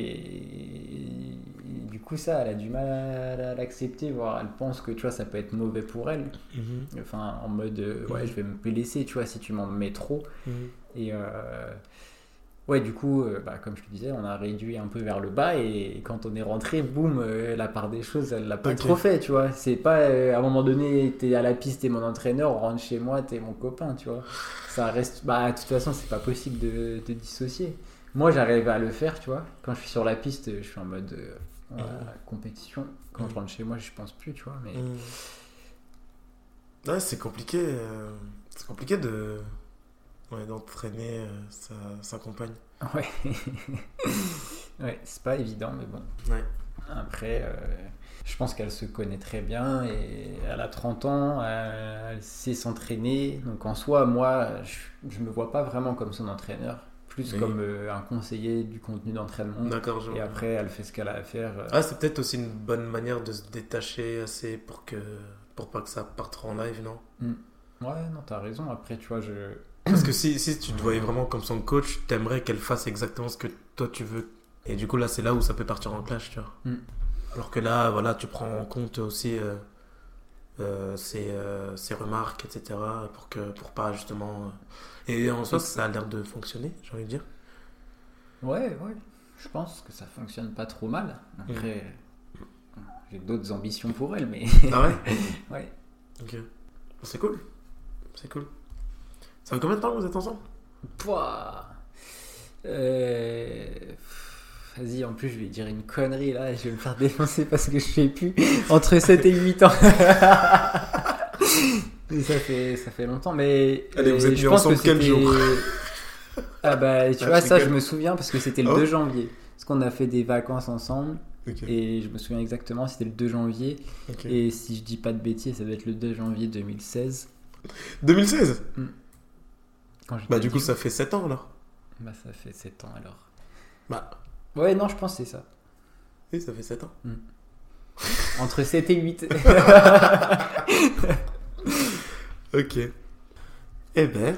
Et du coup, ça, elle a du mal à l'accepter, voire elle pense que, tu vois, ça peut être mauvais pour elle. Mhm. Enfin, en mode, euh, ouais, je vais me blesser, tu vois, si tu m'en mets trop. Mhm. Et euh, ouais, du coup, euh, bah, comme je te disais, on a réduit un peu vers le bas. Et quand on est rentré, boum, euh, la part des choses, elle l'a pas Ok. trop fait, tu vois. C'est pas, euh, à un moment donné, t'es à la piste, t'es mon entraîneur, on rentre chez moi, t'es mon copain, tu vois. Ça reste, bah, de toute façon, c'est pas possible de, de dissocier. Moi, j'arrive à le faire, tu vois. Quand je suis sur la piste, je suis en mode euh, ouais, Mhm. compétition. Quand je rentre chez moi, je pense plus, tu vois. Mais Mhm. Ouais, c'est compliqué. euh, C'est compliqué de... Ouais, d'entraîner euh, sa, sa compagne. ouais, ouais, c'est pas évident, mais bon. Ouais. Après, euh, je pense qu'elle se connaît très bien et elle a trente ans, elle, elle sait s'entraîner. Donc en soi, moi, je, je me vois pas vraiment comme son entraîneur, plus Oui. comme euh, un conseiller du contenu d'entraînement. D'accord, je Et vois. après, elle fait ce qu'elle a à faire. euh. Ah, c'est peut-être aussi une bonne manière de se détacher assez pour que... pour pas que ça parte trop en live, non? Ouais, non, t'as raison. Après, tu vois, je. Parce que si, si tu te voyais vraiment comme son coach, t'aimerais qu'elle fasse exactement ce que toi tu veux. Et du coup, là, c'est là où ça peut partir en clash, tu vois. Mm. Alors que là, voilà, tu prends en compte aussi euh, euh, ses, euh, ses remarques, et cetera. Pour, que, pour pas justement. euh, Et en soi, ça a l'air de fonctionner, j'ai envie de dire. Ouais, ouais. Je pense que ça fonctionne pas trop mal. Après, j'ai d'autres ambitions pour elle, mais. Ah ouais? Ouais. Ok. C'est cool. C'est cool. Ça fait combien de temps que vous êtes ensemble? Pouah. Euh, Vas-y, en plus, je vais dire une connerie là. Je vais me faire défoncer parce que je sais plus. Entre sept et huit ans. Mais ça fait, ça fait longtemps. Mais Allez, vous euh, êtes je mis pense que ensemble quel c'était- jour? Ah bah, tu Ah, vois, je ça, je rigole. me souviens parce que c'était le Oh. deux janvier. Parce qu'on a fait des vacances ensemble. Ok. Et je me souviens exactement, c'était le deux janvier. Ok. Et si je dis pas de bêtises, ça doit être le deux janvier deux mille seize. deux mille seize? Quand j'étais Bah, du coup, adulte. ça fait sept ans alors. Bah, ça fait sept ans alors. Bah, Ouais, non, je pense que c'est ça. oui, ça fait sept ans. Entre sept et huit. Ok. Eh ben.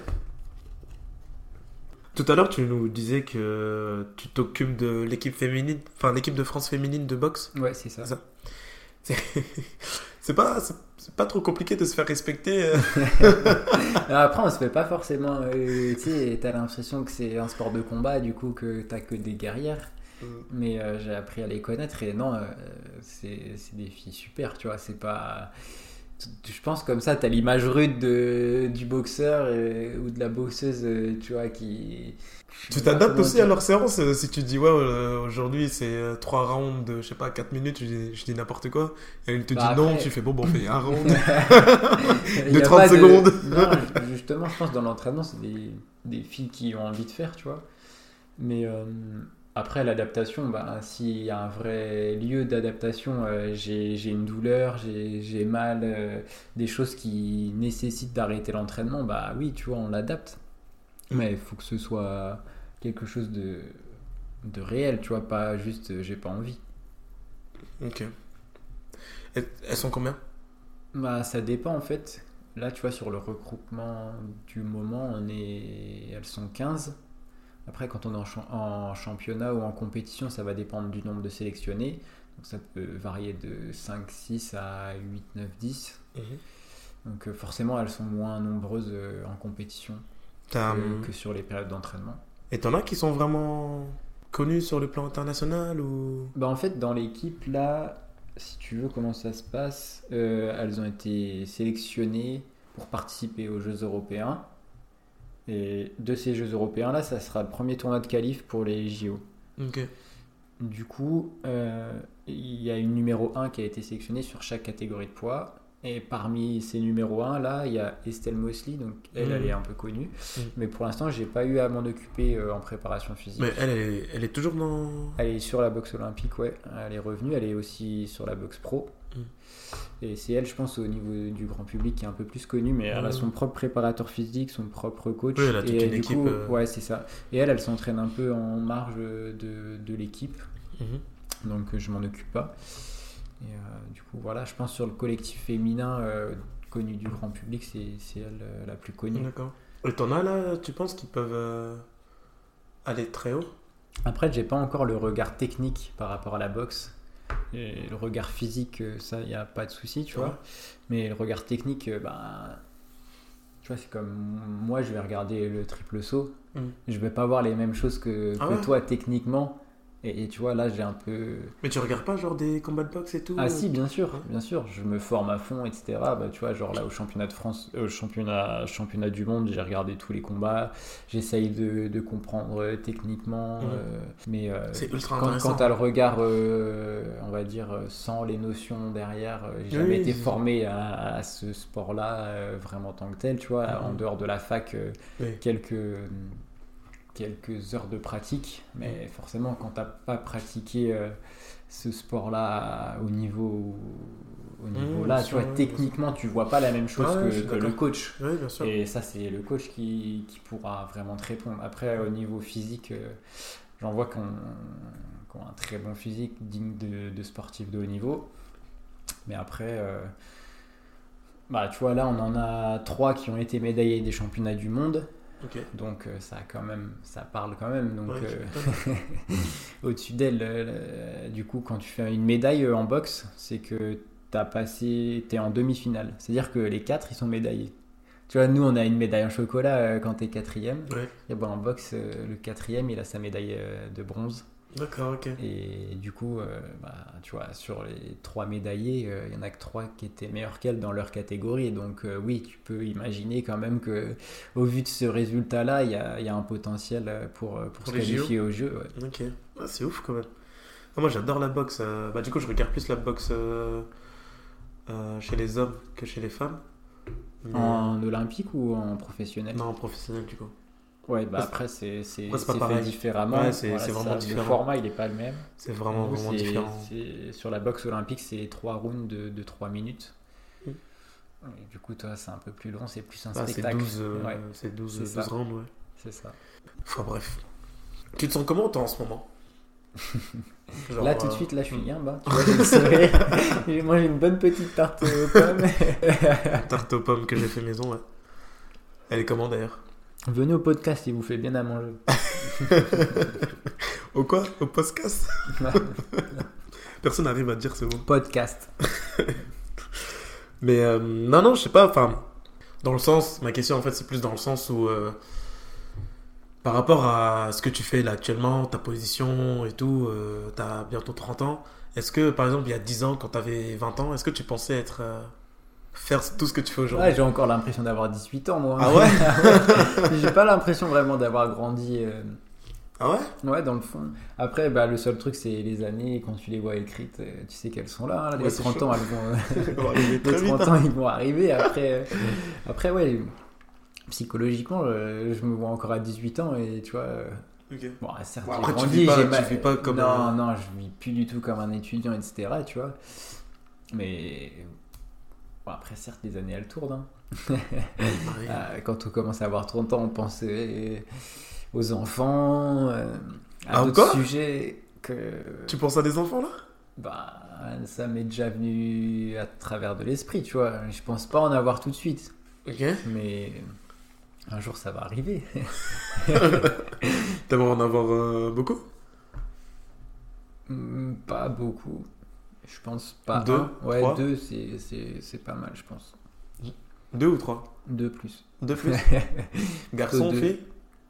Tout à l'heure, tu nous disais que tu t'occupes de l'équipe féminine, enfin l'équipe de France féminine de boxe. Ouais, c'est ça. Ça. C'est c'est pas, c'est c'est pas trop compliqué de se faire respecter. euh. Alors après, on se fait pas forcément. euh, tu sais, t'as l'impression que c'est un sport de combat, du coup, que t'as que des guerrières. Mais euh, j'ai appris à les connaître et non, euh, c'est c'est des filles super, tu vois. C'est pas. Je pense comme ça, t'as l'image rude de, du boxeur euh, ou de la boxeuse, euh, tu vois, qui. Tu t'adaptes Comment aussi dire. à leur séance. euh, Si tu dis, ouais, euh, aujourd'hui c'est euh, trois rounds de, je sais pas, quatre minutes, je dis, je dis n'importe quoi. Et elle te Bah dit non, après- tu fais bon, bon, on fait un round. Il y a trente pas secondes. Non, justement, je pense que dans l'entraînement, c'est des, des filles qui ont envie de faire, tu vois. Mais euh, après, l'adaptation, bah, s'il y a un vrai lieu d'adaptation, euh, j'ai, j'ai une douleur, j'ai, j'ai mal, euh, des choses qui nécessitent d'arrêter l'entraînement, bah oui, tu vois, on l'adapte. Mais il faut que ce soit quelque chose de, de réel, tu vois, pas juste euh, j'ai pas envie. Ok. Et- elles sont combien? Bah, ça dépend en fait. là, tu vois, sur le regroupement du moment, on est... elles sont quinze. Après, quand on est en, cha- en championnat ou en compétition, ça va dépendre du nombre de sélectionnés. Donc, ça peut varier de cinq, six à huit, neuf, dix. Mhm. Donc, euh, forcément, elles sont moins nombreuses euh, en compétition T'as, que, hum, que sur les périodes d'entraînement. Et t'en as qui sont vraiment connus sur le plan international ou... Bah, en fait, dans l'équipe, là, si tu veux, comment ça se passe, euh, elles ont été sélectionnées pour participer aux Jeux européens. Et de ces Jeux européens-là, ça sera le premier tournoi de qualif pour les J O. Ok. Du coup, euh, il y a une numéro un qui a été sélectionnée sur chaque catégorie de poids. Et parmi ces numéros un, là, il y a Estelle Mosley, donc elle, Mhm. elle est un peu connue. Mhm. Mais pour l'instant, j'ai pas eu à m'en occuper euh, en préparation physique. Mais elle, elle est, elle est toujours dans... Elle est sur la boxe olympique, ouais. Elle est revenue. Elle est aussi sur la boxe pro. Mm. Et c'est elle, je pense, au niveau du grand public qui est un peu plus connue, mais elle a Mm. son propre préparateur physique, son propre coach. Oui, elle a toute et une du équipe, coup, euh. ouais, c'est ça. Et elle, elle s'entraîne un peu en marge de, de l'équipe. Mhm. Donc, euh, je m'en occupe pas. Et euh, du coup, voilà, je pense sur le collectif féminin euh, connu du grand public, c'est, c'est elle euh, la plus connue. D'accord. Et t'en as là, tu penses qu'ils peuvent euh, aller très haut? Après, j'ai pas encore le regard technique par rapport à la boxe. Et le regard physique, euh, ça, il n'y a pas de souci, tu Ouais. vois. Mais le regard technique, euh, bah, tu vois, c'est comme moi, je vais regarder le triple saut. Mm. Je vais pas voir les mêmes choses que, Ah que ouais. toi techniquement. Et, et tu vois, là, j'ai un peu. Mais tu regardes pas genre des combats de boxe et tout? Ah si, bien sûr, Ouais. bien sûr, je me forme à fond, et cetera. Bah, tu vois, genre là au championnat de France, euh, au championnat, championnat du monde, j'ai regardé tous les combats, j'essaye de, de comprendre euh, techniquement, Mhm. euh, mais euh, C'est ultra quand, intéressant. quand tu as le regard, euh, on va dire, euh, sans les notions derrière, euh, j'ai jamais Oui, été c'est- formé à, à ce sport-là euh, vraiment en tant que tel, tu vois, Mhm. en dehors de la fac, euh, Oui. quelques quelques heures de pratique, mais forcément quand t'as pas pratiqué euh, ce sport-là au niveau au niveau Mmh, là, bien tu sûr, vois, ouais, techniquement tu vois pas la même chose Ouais, que, je suis que le d'accord. coach. Oui, bien sûr. Et ça c'est le coach qui, qui pourra vraiment te répondre. Après au niveau physique, euh, j'en vois qu'on qu'on a un très bon physique digne de, de sportifs de haut niveau. Mais après, euh, bah tu vois là on en a trois qui ont été médaillés des championnats du monde. Ok. Donc euh, ça a quand même, ça parle quand même. Donc Ouais, euh, au-dessus d'elle, euh, du coup, quand tu fais une médaille euh, en boxe, c'est que t'as passé, t'es en demi-finale. C'est-à-dire que les quatre, ils sont médaillés. Tu vois, nous, on a une médaille en chocolat euh, quand t'es quatrième. Ouais. Et ben en boxe, euh, le quatrième, il a sa médaille euh, de bronze. D'accord, ok. Et du coup, euh, bah, tu vois, sur les trois médaillés, euh, il y en a que trois qui étaient meilleurs qu'elle dans leur catégorie. Donc euh, oui, tu peux imaginer quand même que, au vu de ce résultat-là, il y a, il y a un potentiel euh, pour, euh, pour, Pour se les J O. qualifier au jeu. Ouais. Ok. Ah, c'est ouf quand même. Ah, moi j'adore la boxe. euh, Bah, du coup, je regarde plus la boxe euh, euh, chez les hommes que chez les femmes. Mais- En olympique ou en professionnel? Non, en professionnel du coup. Ouais, bah Ouais, après, c'est, c'est, ouais, c'est pas c'est fait pareil. différemment. Ouais, c'est- c'est vraiment ça, différent. Le format, il n'est pas le même. C'est vraiment, Nous, vraiment c'est- différent. c'est- sur la boxe olympique, c'est trois rounds de, de trois minutes. Mm. Et du coup, toi, c'est un peu plus long, c'est plus un Ah, c'est spectacle. douze, euh, Ouais, c'est douze, c'est douze ça. rounds, ouais. c'est ça. Enfin bref. Tu te sens comment toi en ce moment? Genre, Là, tout de euh, suite, là, je suis bien bas. Tu vois, j'ai le sourire. J'ai mangé une bonne petite tarte aux pommes. Tarte aux pommes que j'ai fait maison, ouais. Elle est comment d'ailleurs? Venez au podcast, il vous fait bien à manger. Au quoi? Au podcast? Personne n'arrive à dire ce mot. Podcast. Mais euh, non, non, je sais pas, enfin, dans le sens, ma question en fait c'est plus dans le sens où, euh, par rapport à ce que tu fais là actuellement, ta position et tout, euh, t'as bientôt trente ans, est-ce que par exemple il y a dix ans, quand t'avais vingt ans, est-ce que tu pensais être, euh, faire tout ce que tu fais aujourd'hui? Ouais, j'ai encore l'impression d'avoir dix-huit ans, moi. Ah ouais? J'ai pas l'impression vraiment d'avoir grandi. euh, Ah ouais? Ouais, dans le fond. Après, bah, le seul truc, c'est les années, quand tu les vois écrites, euh, tu sais qu'elles sont là. Hein, Ouais, les c'est trente chaud. ans, elles vont. On va arriver très les vite, trente hein. ans, ils vont arriver. Après, euh, après ouais, psychologiquement, euh, je me vois encore à dix-huit ans et tu vois. euh, Ok. Bon, certes, Bon, j'ai après, tu grandi, vis pas- j'ai tu ma- vis pas comme non, un- non, je vis plus du tout comme un étudiant, et cetera. Tu vois. Mais bon, après, certes, les années elles tournent. Hein. Ouais. Euh, quand on commence à avoir trente ans, on pense euh, aux enfants, euh, à Ah, d'autres encore sujets que. Tu penses à des enfants là? Bah, ça m'est déjà venu à travers de l'esprit, tu vois. Je pense pas en avoir tout de suite. Ok. Mais un jour, ça va arriver. T'aimerais en avoir euh, beaucoup? Hmm, Pas beaucoup. Je pense pas Deux, un. Ouais, trois deux, c'est, c'est, c'est pas mal, je pense. Deux ou trois? Deux plus. Deux plus? Garçon, Deux. fille?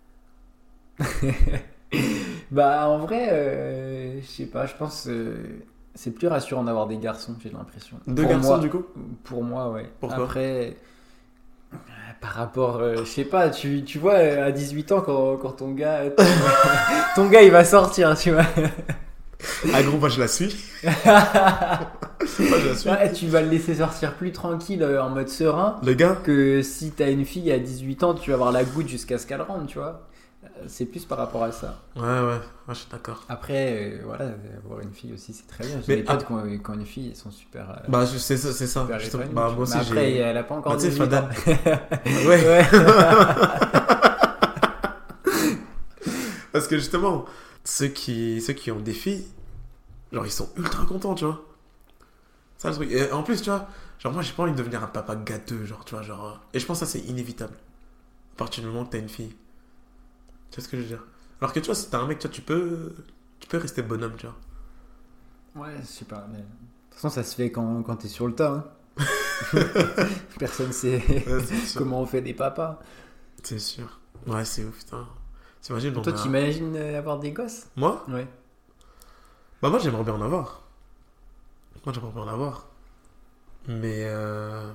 Bah, en vrai, euh, je sais pas, je pense euh, c'est plus rassurant d'avoir des garçons, j'ai l'impression. Deux Pour garçons, moi- du coup? Pour moi, ouais. Pourquoi? Après, euh, par rapport, euh, je sais pas, tu, tu vois, euh, à dix-huit ans, quand, quand ton gars, ton, ton gars, il va sortir, tu vois. Ah gros, moi je la suis. Moi je la suis. Ouais, tu vas le laisser sortir plus tranquille, euh, en mode serein, Le gars? que si t'as une fille à dix-huit ans, tu vas avoir la goutte jusqu'à ce qu'elle rentre, tu vois. Euh, C'est plus par rapport à ça. Ouais, ouais, ouais, je suis d'accord. Après, euh, voilà, avoir une fille aussi, c'est très bien. Mais J'ai des potes ap- qui ont, qui ont une fille, elles sont super. euh, Bah, je- c'est ça, c'est ça. super Justement. épanouies, Bah, tu moi vois. aussi Mais après, j'ai. elle a pas encore Bah, tu sais, dix-huit ans. Ouais. Ouais. Parce que justement, ceux qui, ceux qui ont des filles, genre ils sont ultra contents, tu vois. Ça le truc. Et en plus, tu vois, genre moi j'ai pas envie de devenir un papa gâteux, genre, tu vois, genre. euh, Et je pense que ça c'est inévitable. À partir du moment que t'as une fille. Tu vois ce que je veux dire? Alors que tu vois, si t'as un mec, tu vois, tu peux, tu peux rester bonhomme, tu vois. Ouais, je sais pas. Mais... De toute façon, ça se fait quand, quand t'es sur le tas. Hein. Personne sait Ouais, c'est sûr. comment on fait des papas. C'est sûr. Ouais, c'est ouf, putain. T'imagines, on Toi, a- t'imagines euh, avoir des gosses? Moi? Ouais. Bah moi j'aimerais bien en avoir. Moi j'aimerais bien en avoir. Mais euh...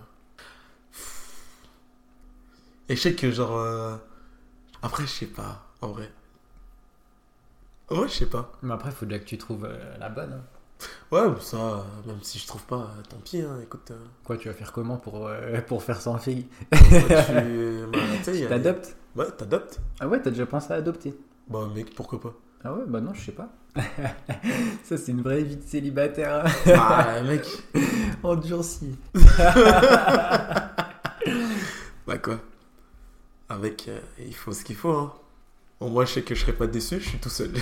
Et je sais que genre... euh, Après je sais pas, en vrai. En vrai je sais pas. Mais après, il faut déjà que tu trouves euh, la bonne. Hein. Ouais, mais ça, euh, même si je trouve pas, euh, tant pis, hein, écoute. euh, Quoi, tu vas faire comment pour, euh, pour faire sans fille? ouais, tu bah, tu sais, il y a- T'adoptes? Ouais, t'adoptes. Ah ouais, t'as déjà pensé à adopter? Bah mec, pourquoi pas? Ah ouais, bah non, je sais pas. Ça, c'est une vraie vie de célibataire. Hein. Bah mec. Endurci. Bah quoi? Avec, euh, il faut ce qu'il faut, hein. Bon, moi je sais que je serai pas déçu, je suis tout seul.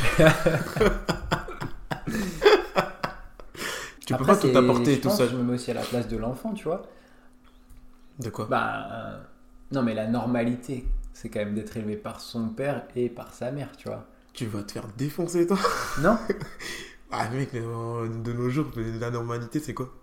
Tu peux Après, pas tout c'est- apporter je tout pense seul. que Je me mets aussi à la place de l'enfant, tu vois. De quoi? Bah, euh, non, mais la normalité, c'est quand même d'être élevé par son père et par sa mère, tu vois. Tu vas te faire défoncer, toi. Non? Ah, mec, euh, de nos jours, mais la normalité, c'est quoi?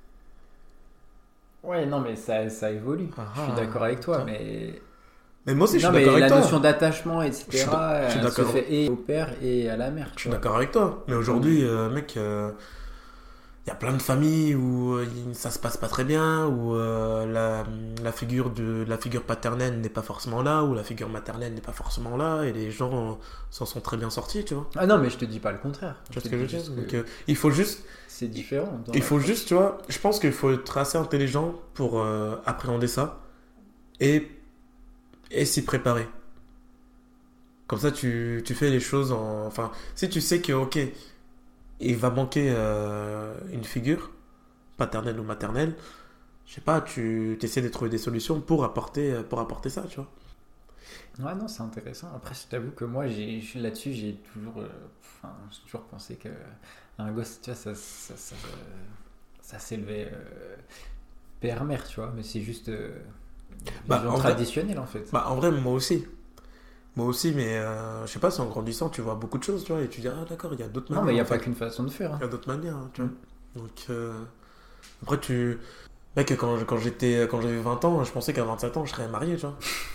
Ouais, non, mais ça, ça évolue. Ah, Je suis d'accord avec toi, ça. mais. Mais moi aussi, je non, suis mais d'accord avec la toi. notion d'attachement, Je suis et cetera, d'ac- je suis elle se d'accord. fait et au père et à la mère. Je tu suis vois. d'accord avec toi. Mais aujourd'hui, euh, mec, il y a plein de familles où euh, y- ça se passe pas très bien, où euh, la, la, figure de, la figure paternelle n'est pas forcément là, ou la figure maternelle n'est pas forcément là, et les gens s'en sont très bien sortis, tu vois. Ah non, mais je te dis pas le contraire. Tu vois te ce que je veux dis dire? juste Donc, que euh, il faut juste, c'est différent. dans il la- faut juste, tu vois, je pense qu'il faut être assez intelligent pour euh, appréhender ça et, et s'y préparer. Comme ça, tu, tu fais les choses en... Enfin, si tu sais que, ok, il va manquer euh, une figure, paternelle ou maternelle, je sais pas, tu essaies de trouver des solutions pour apporter, pour apporter ça, tu vois. Ouais, non, c'est intéressant. Après, je t'avoue que moi, j'ai, je- là-dessus, j'ai toujours, euh, enfin, j'ai toujours pensé que un gosse, tu vois, ça, ça, ça, euh, ça s'élevait euh, père-mère, tu vois, mais c'est juste euh, Bah, vision en vrai- traditionnelle, en fait. Bah, en vrai, moi aussi. Moi aussi, mais euh, je sais pas, c'est en grandissant, tu vois beaucoup de choses, tu vois, et tu dis, ah d'accord, il y a d'autres non, manières. mais il n'y a en pas fait. qu'une façon de faire. Hein. Il y a d'autres manières, hein, tu vois. Mm. Donc, euh, après, tu... Mec, quand, quand j'étais, quand j'avais vingt ans, je pensais qu'à vingt-sept ans, je serais marié, tu vois.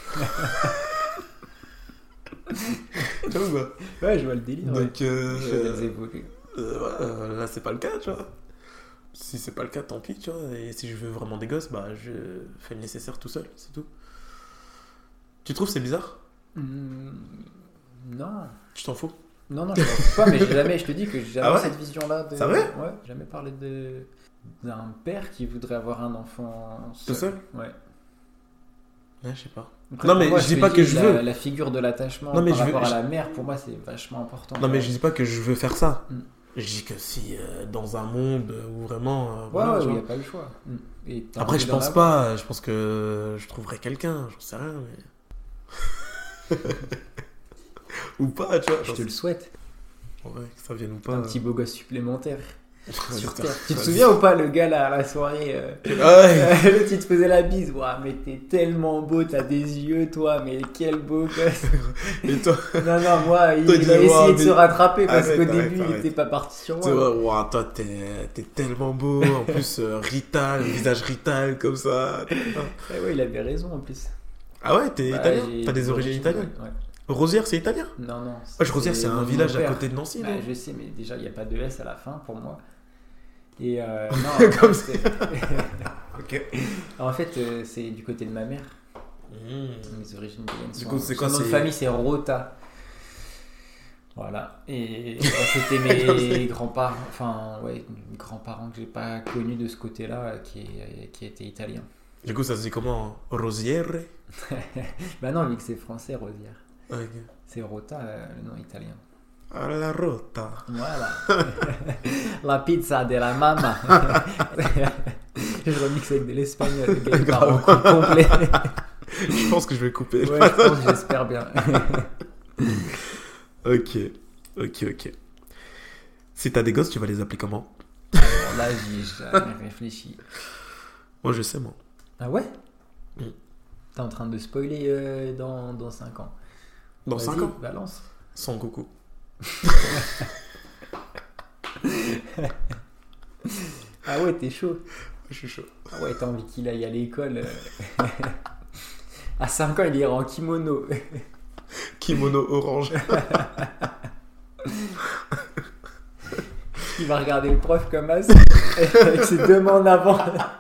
Tu vois ou pas? Ouais, je vois le délire. ouais. Donc, euh, Les choses, elles évoluent. euh, ouais, euh, là, c'est pas le cas, tu vois. Si c'est pas le cas, tant pis, tu vois. Et si je veux vraiment des gosses, bah, je fais le nécessaire tout seul, c'est tout. Tu trouves c'est bizarre? Hmm, non. Tu t'en fous? Non, non, je pense pas, mais j'ai jamais, je te dis que j'ai jamais Ah ouais? cette vision-là. De... C'est vrai? Ouais, j'ai jamais parlé de... d'un père qui voudrait avoir un enfant Tout seul? Ouais. Ouais, je sais pas. Après, Non, pour mais moi, je dis te pas dis, que je la, veux. La figure de l'attachement Non, mais par je veux- rapport je- à la mère, pour moi, c'est vachement important. Non, mais je dis pas que je veux faire ça. Mm. Je dis que si euh, dans un monde où vraiment. euh, Ouais, voilà, ouais, tu il vois. n'y a pas le choix. Mm. Et t'as Après, envie je d'en pense avoir. pas. Je pense que je trouverai quelqu'un. J'en sais rien, mais. Ou pas, tu vois. Je te le souhaite. Ouais, que ça vienne ou pas. Un petit beau gosse supplémentaire. sur Terre. Tu te souviens ou pas, le gars là, à la soirée euh, Ah ouais. euh, L'autre, il te faisait la bise. Ouah, mais t'es tellement beau, t'as des yeux, toi, mais quel beau gosse. Et toi, Non, non, moi, il, Toi, il tu a dis, essayé ouah, de se mais- rattraper parce Arrête, qu'au arrête, début, il arrête. était pas parti sur tu moi. vois, ouah, toi, t'es, t'es tellement beau. En plus, euh, Rital, visage Rital, comme ça. Eh ouais, il avait raison en plus. Ah ouais, t'es Bah, italien? j'ai T'as des origines italiennes? ouais, ouais. Rosières, c'est italien? Non, non. Ouais, Rosières, c'est un mon village à père. côté de Nancy, Bah, non? je sais, mais déjà, il n'y a pas de S à la fin pour moi. Et euh, non, Comme en ça. fait, Ok. en fait euh, c'est du côté de ma mère. Mmh. Mes origines italiennes. Du sont- coup, c'est son quoi, nom de c'est- famille, c'est Rota. Voilà. Et bah, c'était Comme mes grands-parents, enfin, ouais, mes grands-parents que j'ai pas connus de ce côté-là, euh, qui, qui étaient italiens. Du coup, ça se dit comment? Rosière? Bah non, vu que c'est français, Rosière. Ok. C'est Rota, euh, le nom italien. Alla rota. Voilà. La pizza de la mamma. Je remixe avec de l'espagnol. Le gars, il part en coup complet. Je pense que je vais couper. Ouais, je pense, j'espère bien. Ok. Ok, ok. Si t'as des gosses, tu vas les appeler comment? Alors là, j'y ai jamais réfléchi. Moi, je sais, moi. Ah ouais? Mm. T'es en train de spoiler euh, dans, dans cinq ans. Dans Vas-y, cinq ans? balance. Son coucou. Ah ouais, t'es chaud. Je suis chaud. Ah ouais, t'as envie qu'il aille à l'école. euh. À cinq ans, il ira en kimono. Kimono orange. Il va regarder le prof comme as avec ses deux mains en avant.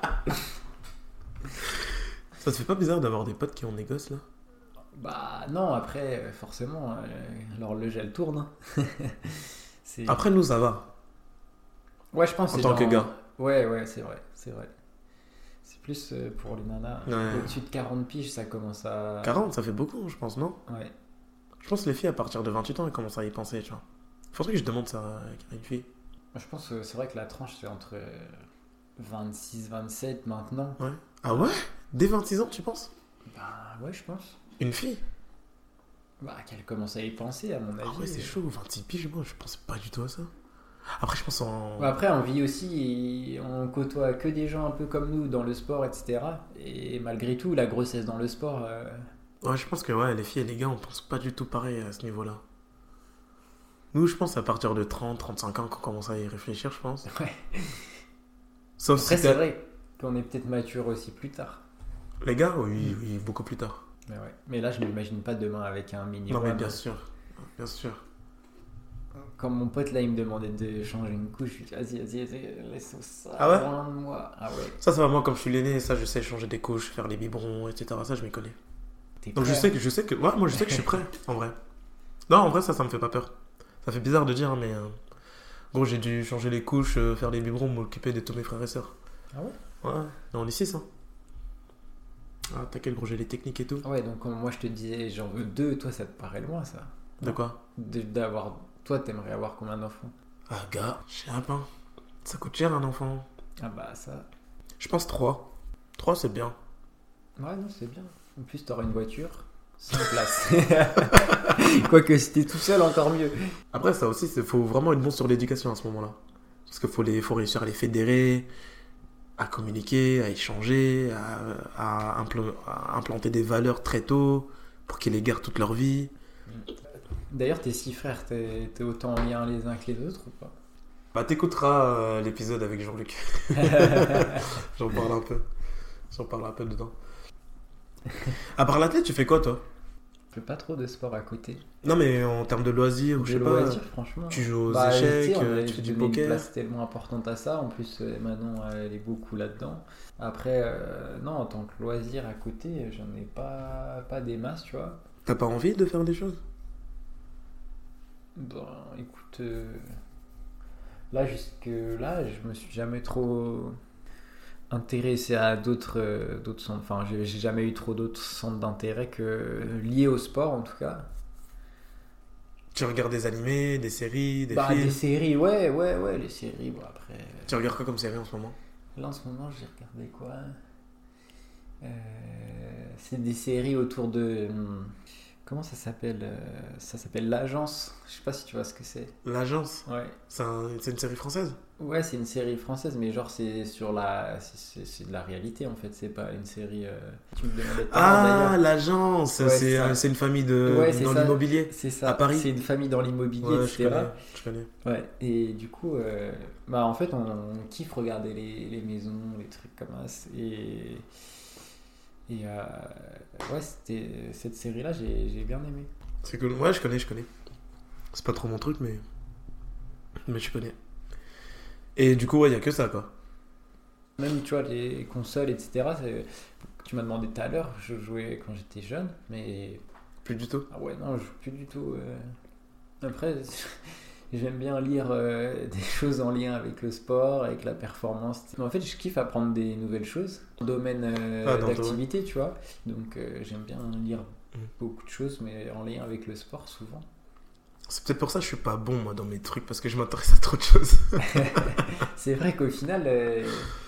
Ça te fait pas bizarre d'avoir des potes qui ont des gosses, là? Bah non, après, euh, forcément, euh, l'horloge, elle tourne. hein. C'est- Après, nous, ça va. Ouais, je pense En c'est tant dans- que gars. Ouais, ouais, c'est vrai, c'est vrai. C'est plus euh, pour les nanas. Ouais. Au-dessus de quarante piges, ça commence à... quarante, ça fait beaucoup, je pense, non? Ouais. Je pense que les filles, à partir de vingt-huit ans, elles commencent à y penser, tu vois. Faudrait que je demande ça à une fille. Je pense que c'est vrai que la tranche, c'est entre euh, vingt-six vingt-sept maintenant. Ouais. Ah ouais? Dès vingt-six ans, tu penses? Bah ouais, je pense. Une fille? Bah qu'elle commence à y penser, à mon avis. Ah ouais, c'est chaud. vingt-six piges, moi, je pense pas du tout à ça. Après, je pense en... Bah, après, on vit aussi, et on côtoie que des gens un peu comme nous dans le sport, et cetera. Et malgré tout, la grossesse dans le sport... euh, Ouais, je pense que ouais, les filles et les gars, on pense pas du tout pareil à ce niveau-là. Nous, je pense à partir de trente, trente-cinq ans qu'on commence à y réfléchir, je pense. Ouais. Sauf Après, si c'est t'as- vrai qu'on est peut-être mature aussi plus tard. Les gars, oui, oui, beaucoup plus tard. Mais, ouais. Mais là, je ne m'imagine pas demain avec un mini Non, mais one. bien sûr. Bien sûr. Quand mon pote là, il me demandait de changer une couche, je lui dis vas-y, vas-y, vas-y, laisse ça Ah ouais loin de moi. Ah ouais. Ça, ça va, moi, comme je suis l'aîné, ça, je sais changer des couches, faire les biberons, et cetera. Ça, je m'y connais. T'es Donc, je prêt, sais hein que, je sais que, ouais, moi, je sais que je suis prêt, en vrai. Non, en vrai, ça, ça me fait pas peur. Ça fait bizarre de dire, hein, mais. euh, Gros, j'ai dû changer les couches, euh, faire les biberons, m'occuper de tous mes frères et sœurs. Ah ouais. Ouais, et on est six, hein. Ah, t'inquiète, gros, j'ai les techniques et tout. Ah ouais, donc euh, moi je te disais j'en veux deux, toi ça te paraît loin ça. De quoi? De- D'avoir. Toi t'aimerais avoir combien d'enfants? Ah, gars, je sais pas. Ça coûte cher, un enfant. Ah bah ça. Je pense trois. Trois, c'est bien. Ouais, non, c'est bien. En plus t'auras une voiture, cinq places. Quoique si t'es tout seul, encore mieux. Après, ça aussi, il faut vraiment être bon sur l'éducation à ce moment-là. Parce qu'il faut, les, faut réussir à les fédérer, à communiquer, à échanger, à, à, impl- à implanter des valeurs très tôt pour qu'ils les gardent toute leur vie. D'ailleurs, tes six frères, t'es t'es autant en lien les uns que les autres ou pas? Bah, t'écouteras euh, l'épisode avec Jean-Luc. J'en parle un peu. J'en parle un peu dedans. À part l'athlète, tu fais quoi, toi? Je fais pas trop de sport à côté. Non, mais en termes de loisirs, De je sais loisirs, pas. franchement. Tu joues aux Bah, tu sais, échecs, on euh, avait tu fais du donné une poker. place tellement importante à ça. En plus, euh, Manon, elle est beaucoup là-dedans. Après, euh, non, en tant que loisir à côté, j'en ai pas, pas des masses, tu vois. T'as pas envie de faire des choses? Bon, écoute, euh, là, jusque là, je me suis jamais trop intéressé à d'autres euh, d'autres centres. Enfin, j'ai j'ai jamais eu trop d'autres centres d'intérêt que liés au sport, en tout cas. Tu regardes des animés, des séries, des Bah, films. des séries, ouais, ouais, ouais, les séries, bon, après... euh, Tu regardes quoi comme série en ce moment? Là, en ce moment, j'ai regardé quoi? Euh, C'est des séries autour de... hum, Comment ça s'appelle euh, Ça s'appelle L'Agence. Je sais pas si tu vois ce que c'est. L'Agence, Ouais. c'est un- c'est une série française? Ouais, c'est une série française, mais genre c'est sur la, c'est, c'est- c'est de la réalité en fait. C'est pas une série. euh, Tu me demandais tout à l'heure Ah, d'ailleurs. l'Agence, Ouais, c'est c'est ça. euh, c'est une famille de, Ouais, c'est dans ça. l'immobilier C'est à ça. Paris. C'est une famille dans l'immobilier, Ouais, je connais, et cetera. je connais. Ouais. Et du coup, euh, bah en fait, on, on kiffe regarder les, les maisons, les trucs comme ça. Et et euh, ouais, c'était cette série-là, j'ai j'ai bien aimé. C'est cool. Ouais, je connais, je connais. C'est pas trop mon truc, mais mais je connais. Et du coup, ouais, il y a que ça, quoi. Même, tu vois, les consoles, et cetera. c'est- Tu m'as demandé tout à l'heure, je jouais quand j'étais jeune, mais Plus du tout. ah ouais, non, je joue plus du tout. euh. Après, j'aime bien lire euh, des choses en lien avec le sport, avec la performance. Mais en fait, je kiffe apprendre des nouvelles choses, dans le domaine euh, Ah, dans le d'activité, tu vois. Donc, euh, j'aime bien lire Mm. beaucoup de choses, mais en lien avec le sport, souvent. C'est peut-être pour ça que je suis pas bon, moi, dans mes trucs, parce que je m'intéresse à trop de choses. C'est vrai qu'au final, euh,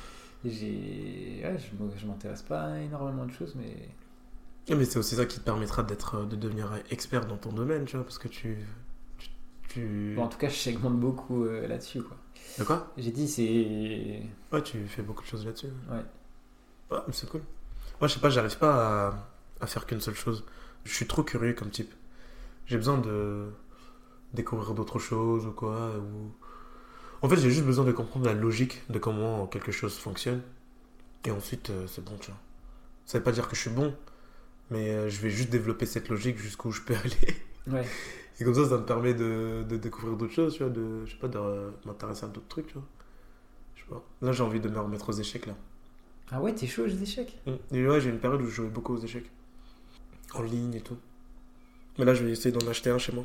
j'ai... Ouais, je m- je m'intéresse pas à énormément de choses, mais... Mais c'est aussi ça qui te permettra d'être, de devenir expert dans ton domaine, tu vois, parce que tu... tu, tu- Bon, en tout cas, je segmente beaucoup euh, là-dessus, quoi. De quoi? J'ai dit, c'est... Ouais, tu fais beaucoup de choses là-dessus. Ouais. Ouais, mais c'est cool. Moi, je sais pas, j'arrive pas à, à faire qu'une seule chose. Je suis trop curieux comme type. J'ai besoin de découvrir d'autres choses ou quoi. Ou... En fait, j'ai juste besoin de comprendre la logique de comment quelque chose fonctionne. Et ensuite, euh, c'est bon, tu vois. Ça veut pas dire que je suis bon, mais euh, je vais juste développer cette logique jusqu'où je peux aller. Ouais. Et comme ça, ça me permet de, de découvrir d'autres choses, tu vois, de, je sais pas, de euh, m'intéresser à d'autres trucs, tu vois. Je sais pas. Là, j'ai envie de me remettre aux échecs, là. Ah ouais, t'es chaud aux échecs? Mm. Et ouais, j'ai une période où je jouais beaucoup aux échecs. En ligne et tout. Mais là, je vais essayer d'en acheter un chez moi.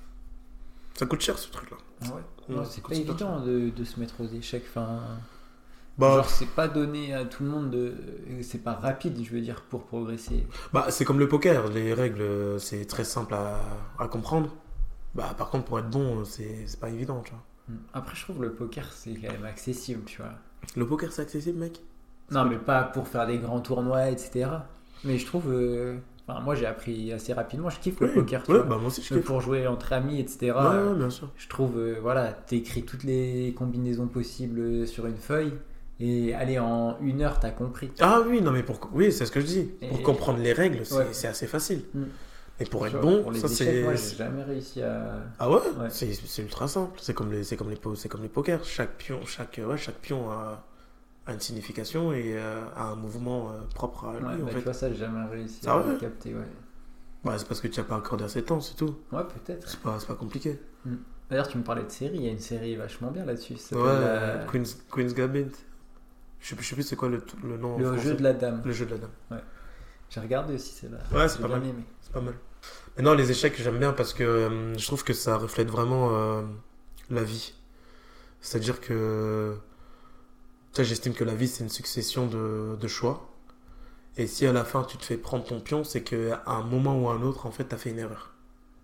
Ça coûte cher, ce truc-là. Ah ouais. Ouais, Non, ça c'est coûte pas super évident de, de se mettre aux échecs. Enfin, Bah, genre, c'est pas donné à tout le monde. De... C'est pas rapide, je veux dire, pour progresser. bah, c'est comme le poker. Les règles, euh, c'est très simple à, à comprendre. Bah, par contre, pour être bon, c'est c'est pas évident, tu vois. Hmm. Après, je trouve le poker, c'est quand même accessible, tu vois. Le poker, c'est accessible, mec? Non, mais pas pour faire des grands tournois, et cetera. Mais je trouve. euh, Enfin, moi, j'ai appris assez rapidement. Je kiffe le Oui, poker, tu ouais, vois. bah, moi aussi, je Même kiffe. pour jouer entre amis, et Ouais, cetera. ouais, euh, bien sûr. Je trouve, euh, voilà, t'écris toutes les combinaisons possibles sur une feuille. Et allez, en une heure, t'as compris. Ah oui, non, mais pour... oui, c'est ce que je dis. Pour Et- comprendre les règles, c'est Ouais. c'est assez facile. Hmm. Et pour Tu être vois, bon, pour les ça, échecs, c'est... moi, j'ai jamais réussi à. Ah ouais, Ouais. C'est c'est ultra simple. C'est comme les, c'est comme les, po- c'est comme les pokers. Chaque pion, chaque, ouais, chaque pion a, a une signification et euh, a un mouvement euh, propre à lui, Ouais, en bah, fait. tu vois, ça, j'ai jamais réussi Ah à ouais le capter, ouais. Bah, c'est parce que tu n'as pas accordé assez de temps, c'est tout. Ouais, peut-être. C'est pas, c'est pas compliqué. D'ailleurs, tu me parlais de série, il y a une série vachement bien là-dessus. Ça Ouais, s'appelle euh, la- Queen's, Queen's Gambit. Je sais, plus- je sais plus c'est quoi le, le nom en Le français. jeu de la dame. Le jeu de la dame. J'ai regardé aussi celle-là. Ouais, c'est J'ai pas bien mal. aimé. C'est pas mal. Mais non, les échecs, j'aime bien parce que euh, je trouve que ça reflète vraiment euh, la vie. C'est-à-dire que... Tu sais, j'estime que la vie, c'est une succession de, de choix. Et si à la fin, tu te fais prendre ton pion, c'est qu'à un moment ou à un autre, en fait, tu as fait une erreur.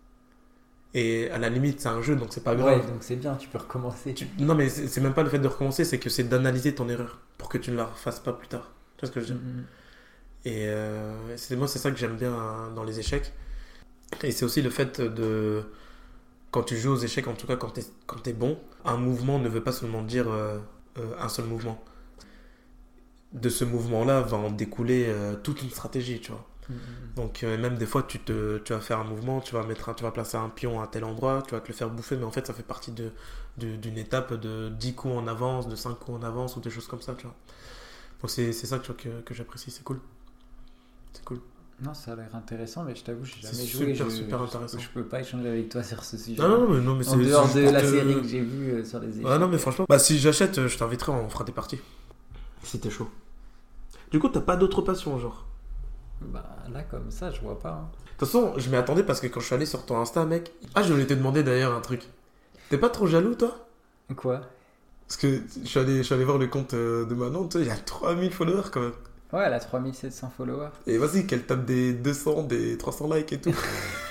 Et à la limite, c'est un jeu, donc c'est pas grave. Ouais, donc c'est bien, tu peux recommencer. Tu- Non, mais c'est c'est même pas le fait de recommencer, c'est que c'est d'analyser ton erreur pour que tu ne la refasses pas plus tard. Tu vois ce que je veux dire? Mhm. Et euh, c'est, moi, c'est ça que j'aime bien euh, dans les échecs. Et c'est aussi le fait de... Quand tu joues aux échecs, en tout cas quand tu es, quand t'es bon, un mouvement ne veut pas seulement dire euh, euh, un seul mouvement. De ce mouvement-là va en découler euh, toute une stratégie, tu vois. Mhm. Donc euh, même des fois, tu, te, tu vas faire un mouvement, tu vas, mettre un- tu vas placer un pion à tel endroit, tu vas te le faire bouffer, mais en fait, ça fait partie de, de- d'une étape de dix coups en avance, de cinq coups en avance, ou des choses comme ça, tu vois. Donc c'est, c'est ça que, tu vois, que, que j'apprécie, c'est cool. C'est cool. Non, ça a l'air intéressant, mais je t'avoue, j'ai C'est jamais joué. super, je, super je- intéressant. Je peux pas échanger avec toi sur ce sujet. Non, non, mais, non, mais En c'est, dehors c'est de juste la pour te- série que j'ai vue euh, sur les échecs. Ouais, non, mais franchement, bah, si j'achète, je t'inviterai, on fera des parties. Si t'es chaud. Du coup, t'as pas d'autres passions, genre? Bah là, comme ça, je vois pas. hein. De toute façon, je m'y attendais parce que quand je suis allé sur ton Insta, mec. Ah, je voulais te demander d'ailleurs un truc. T'es pas trop jaloux, toi? Quoi? Parce que je suis allé, je suis allé voir le compte euh, de Manon, tu sais, il y a trois mille followers quand même. Ouais, elle a trois mille sept cents followers. Et vas-y, qu'elle tape des deux cents, des trois cents likes et tout.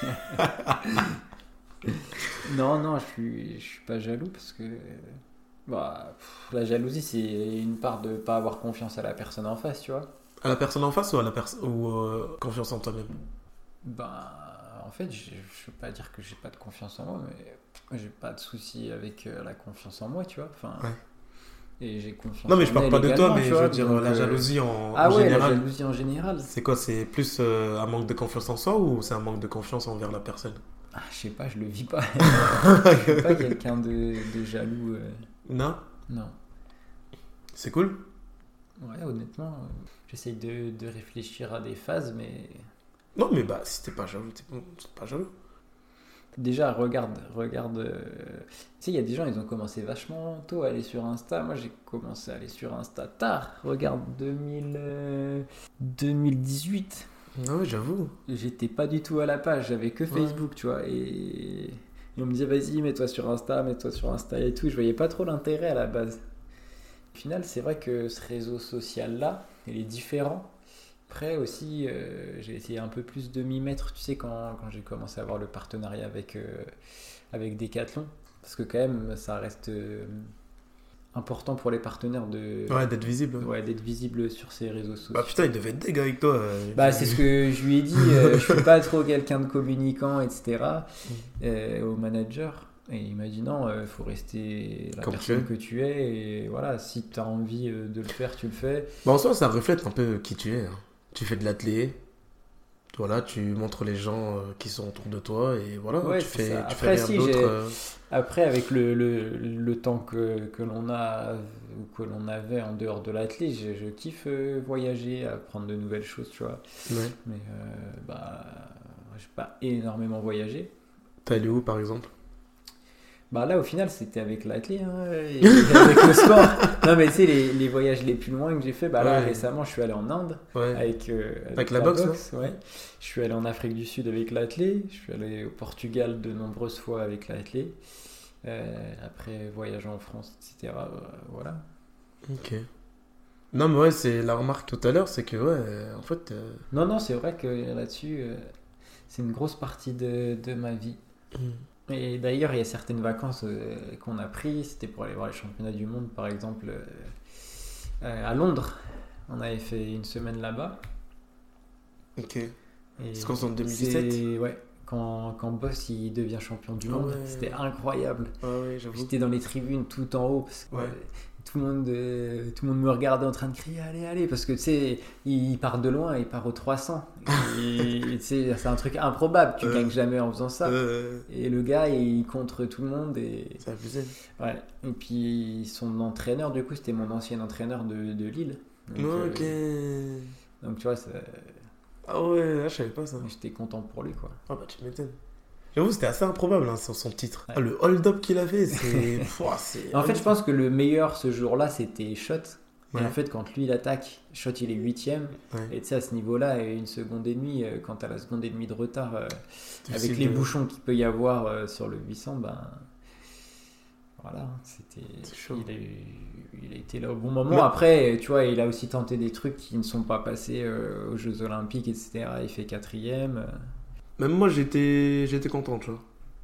Non, non, je suis, je suis pas jaloux parce que bah, pff, la jalousie, c'est une part de pas avoir confiance à la personne en face, tu vois. À la personne en face ou à la personne ou euh, confiance en toi-même? Bah, en fait, je ne veux pas dire que j'ai pas de confiance en moi, mais j'ai pas de souci avec euh, la confiance en moi, tu vois. Enfin, Ouais. Et j'ai confiance Non, mais en je parle elle pas de toi, également, mais tu je vois, veux dire donc, la euh, jalousie en, Ah en ouais, la général. jalousie en général. C'est quoi? C'est plus euh, un manque de confiance en soi ou c'est un manque de confiance envers la personne? Ah, je sais pas, je le vis pas. Je suis pas quelqu'un de, de jaloux. euh, Non? Non. C'est cool? Ouais, honnêtement, euh, j'essaye de, de réfléchir à des phases, mais Non, mais bah, si t'es pas jaloux, t'es pas, t'es pas jaloux. déjà, regarde, regarde. euh, Tu sais, il y a des gens, ils ont commencé vachement tôt à aller sur Insta. Moi, j'ai commencé à aller sur Insta tard. Regarde, deux mille, euh, deux mille dix-huit. Ah ouais, j'avoue. J'étais pas du tout à la page, j'avais que Ouais. Facebook, tu vois. Et... et on me disait, vas-y, mets-toi sur Insta, mets-toi sur Insta et tout. Je voyais pas trop l'intérêt à la base. Au final, c'est vrai que ce réseau social-là, il est différent. Après aussi, euh, j'ai essayé un peu plus de m'y mettre, tu sais, quand, quand j'ai commencé à avoir le partenariat avec, euh, avec Decathlon. Parce que quand même, ça reste euh, important pour les partenaires de, Ouais, d'être visible. ouais, d'être visible sur ces réseaux sociaux. Bah putain, il devait être dég avec toi. euh, Bah, tu- c'est ce que je lui ai dit, euh, je suis pas trop quelqu'un de communicant, et cetera. euh, au manager. Et il m'a dit non, il faut rester la Comme tu personne es. que tu es. Et voilà, si tu as envie euh, de le faire, tu le fais. Bah, en soi, ça reflète un peu qui tu es. hein. Tu fais de l'athlé. Voilà, tu montres les gens euh, qui sont autour de toi et voilà, Ouais, tu c'est fais, ça. tu Après, fais rien si, d'autre. j'ai- euh, Après, avec le, le, le temps que, que l'on a ou que l'on avait en dehors de l'athlé, je, je kiffe euh, voyager, apprendre de nouvelles choses, tu vois. Ouais. Mais euh, bah, j'ai pas énormément voyagé. T'es allé où par exemple? Bah là, au final, c'était avec l'athlé, hein, et avec le sport. Non, mais tu sais, les, les voyages les plus loin que j'ai fait, bah là, Ouais. récemment, je suis allé en Inde Ouais. avec, euh, Avec la boxe, ouais. Je suis allé en Afrique du Sud avec l'athlé. Je suis allé au Portugal de nombreuses fois avec l'athlé. Euh, après, voyageant en France, et cetera. euh, voilà. Ok. Non, mais ouais, c'est la remarque tout à l'heure, c'est que ouais, euh, en fait. euh, Non, non, c'est vrai que là-dessus, euh, c'est une grosse partie de, de ma vie. Et d'ailleurs, il y a certaines vacances euh, qu'on a prises, c'était pour aller voir les championnats du monde, par exemple, euh, euh, à Londres. On avait fait une semaine là-bas. Ok. Et C'est quand, c'est en deux mille dix-sept? c'est- Ouais, quand, quand Boss il devient champion du Ah monde, ouais. c'était incroyable. Ah ouais, j'avoue. J'étais dans les tribunes tout en haut, parce que Ouais. euh, tout, le monde, euh, tout le monde me regardait en train de crier allez, allez, parce que tu sais, il, il part de loin, il part au trois cents. Et tu sais, c'est un truc improbable, tu Euh. gagnes jamais en faisant ça. Euh, Et le gars, il contre tout le monde. Et, c'est abusé. ouais. Et puis son entraîneur, du coup, c'était mon ancien entraîneur de, de Lille. Donc, Ok. euh, donc tu vois, ça- Ah ouais, là, je savais pas ça. j'étais content pour lui, quoi. Ah bah, tu m'étonnes. J'avoue, c'était assez improbable, hein, son, son titre. Ouais. Ah, le hold-up qu'il a fait, c'est. Pouah, c'est. En fait, je pense que le meilleur ce jour-là, c'était Shot. Ouais. Et en fait, quand lui, il attaque, Shot, il est huitième. Ouais. Et tu sais, à ce niveau-là, et une seconde et demie, euh, quand t'as la seconde et demie de retard, euh, avec Difficile les de- bouchons qu'il peut y avoir euh, sur le huit cents, ben. Voilà, c'était. C'est chaud. Il a, eu- il a été là au bon moment. Mais- Après, tu vois, il a aussi tenté des trucs qui ne sont pas passés euh, aux Jeux Olympiques, et cetera. Il fait quatrième. euh. Même moi, j'étais, j'étais content, tu vois.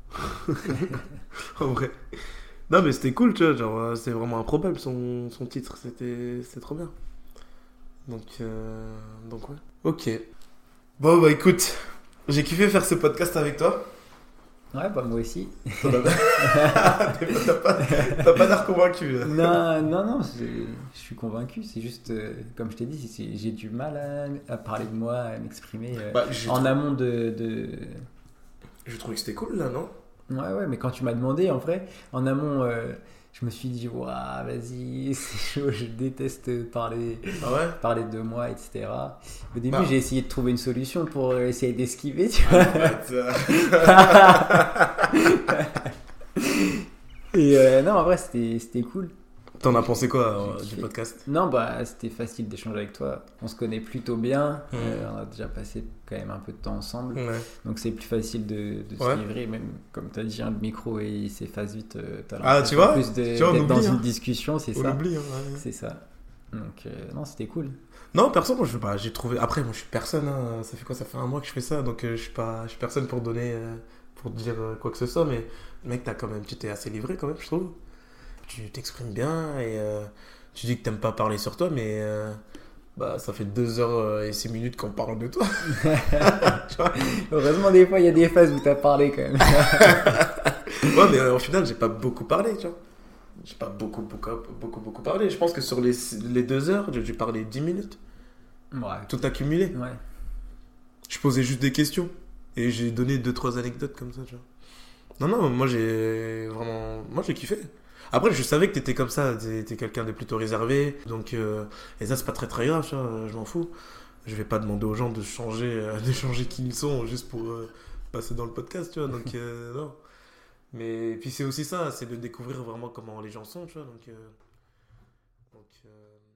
En vrai. Non, mais c'était cool, tu vois. Genre, euh, c'est vraiment improbable son, son titre. C'était, c'était trop bien. Donc, euh, donc, ouais. Ok. Bon, bah écoute, j'ai kiffé faire ce podcast avec toi. Ouais, bah moi aussi. T'as pas, t'as pas, t'as pas l'air convaincu. là. Non, non, non, c'est- je suis convaincu. C'est juste, euh, comme je t'ai dit, c'est- j'ai du mal à, à parler de moi, à m'exprimer euh, Bah, j'ai, en trou- amont de, de... j'ai trouvé que c'était cool, là, non? Ouais, ouais, mais quand tu m'as demandé, en vrai, en amont, euh, je me suis dit, waouh, vas-y, c'est chaud, je déteste parler, Ah ouais? parler de moi, et cetera. Au début, Bah. j'ai essayé de trouver une solution pour euh, essayer d'esquiver, tu vois. Et euh, non, en vrai, c'était c'était cool. T'en as pensé quoi euh, J'ai du kiffé. podcast? Non, bah, c'était facile d'échanger avec toi. On se connaît plutôt bien. Mhm. Euh, on a déjà passé quand même un peu de temps ensemble. Ouais. Donc, c'est plus facile de, de se Ouais. livrer. Même, comme tu as dit, hein, le micro, il s'efface vite. euh, t'as Ah, l'impression tu vois plus de- Tu vois, on d'être dans oublie, hein. une discussion, c'est On ça. l'oublie, hein. ouais. C'est ça. Donc, euh, non, c'était cool. Non, perso, moi, je, bah, j'ai trouvé. Après, moi, je suis personne. hein. Ça fait quoi? Ça fait un mois que je fais ça, donc euh, je suis pas, je suis personne pour donner, euh, pour dire euh, quoi que ce soit. Mais mec, t'as quand même, tu t'es assez livré quand même, je trouve. Tu t'exprimes bien et euh, tu dis que t'aimes pas parler sur toi, mais euh, bah, ça fait deux heures et six minutes qu'on parle de toi. Tu vois. Heureusement, des fois, il y a des phases où t'as parlé quand même. Ouais, mais euh, au final, j'ai pas beaucoup parlé, tu vois. J'ai pas beaucoup, beaucoup, beaucoup, beaucoup parlé. Je pense que sur les, les deux heures, j'ai dû parler dix minutes. Ouais. Tout accumulé. Ouais. Je posais juste des questions. Et j'ai donné deux, trois anecdotes comme ça, tu vois. Non, non, moi j'ai vraiment. Moi j'ai kiffé. Après, je savais que t'étais comme ça. T'es, t'es quelqu'un de plutôt réservé. Donc, euh, et ça, c'est pas très très grave, tu vois. Je m'en fous. Je vais pas demander aux gens de changer, euh, de changer qui ils sont juste pour euh, passer dans le podcast, tu vois. Donc, euh, non. Mais puis c'est aussi ça, c'est de découvrir vraiment comment les gens sont, tu vois. Donc, euh, donc euh,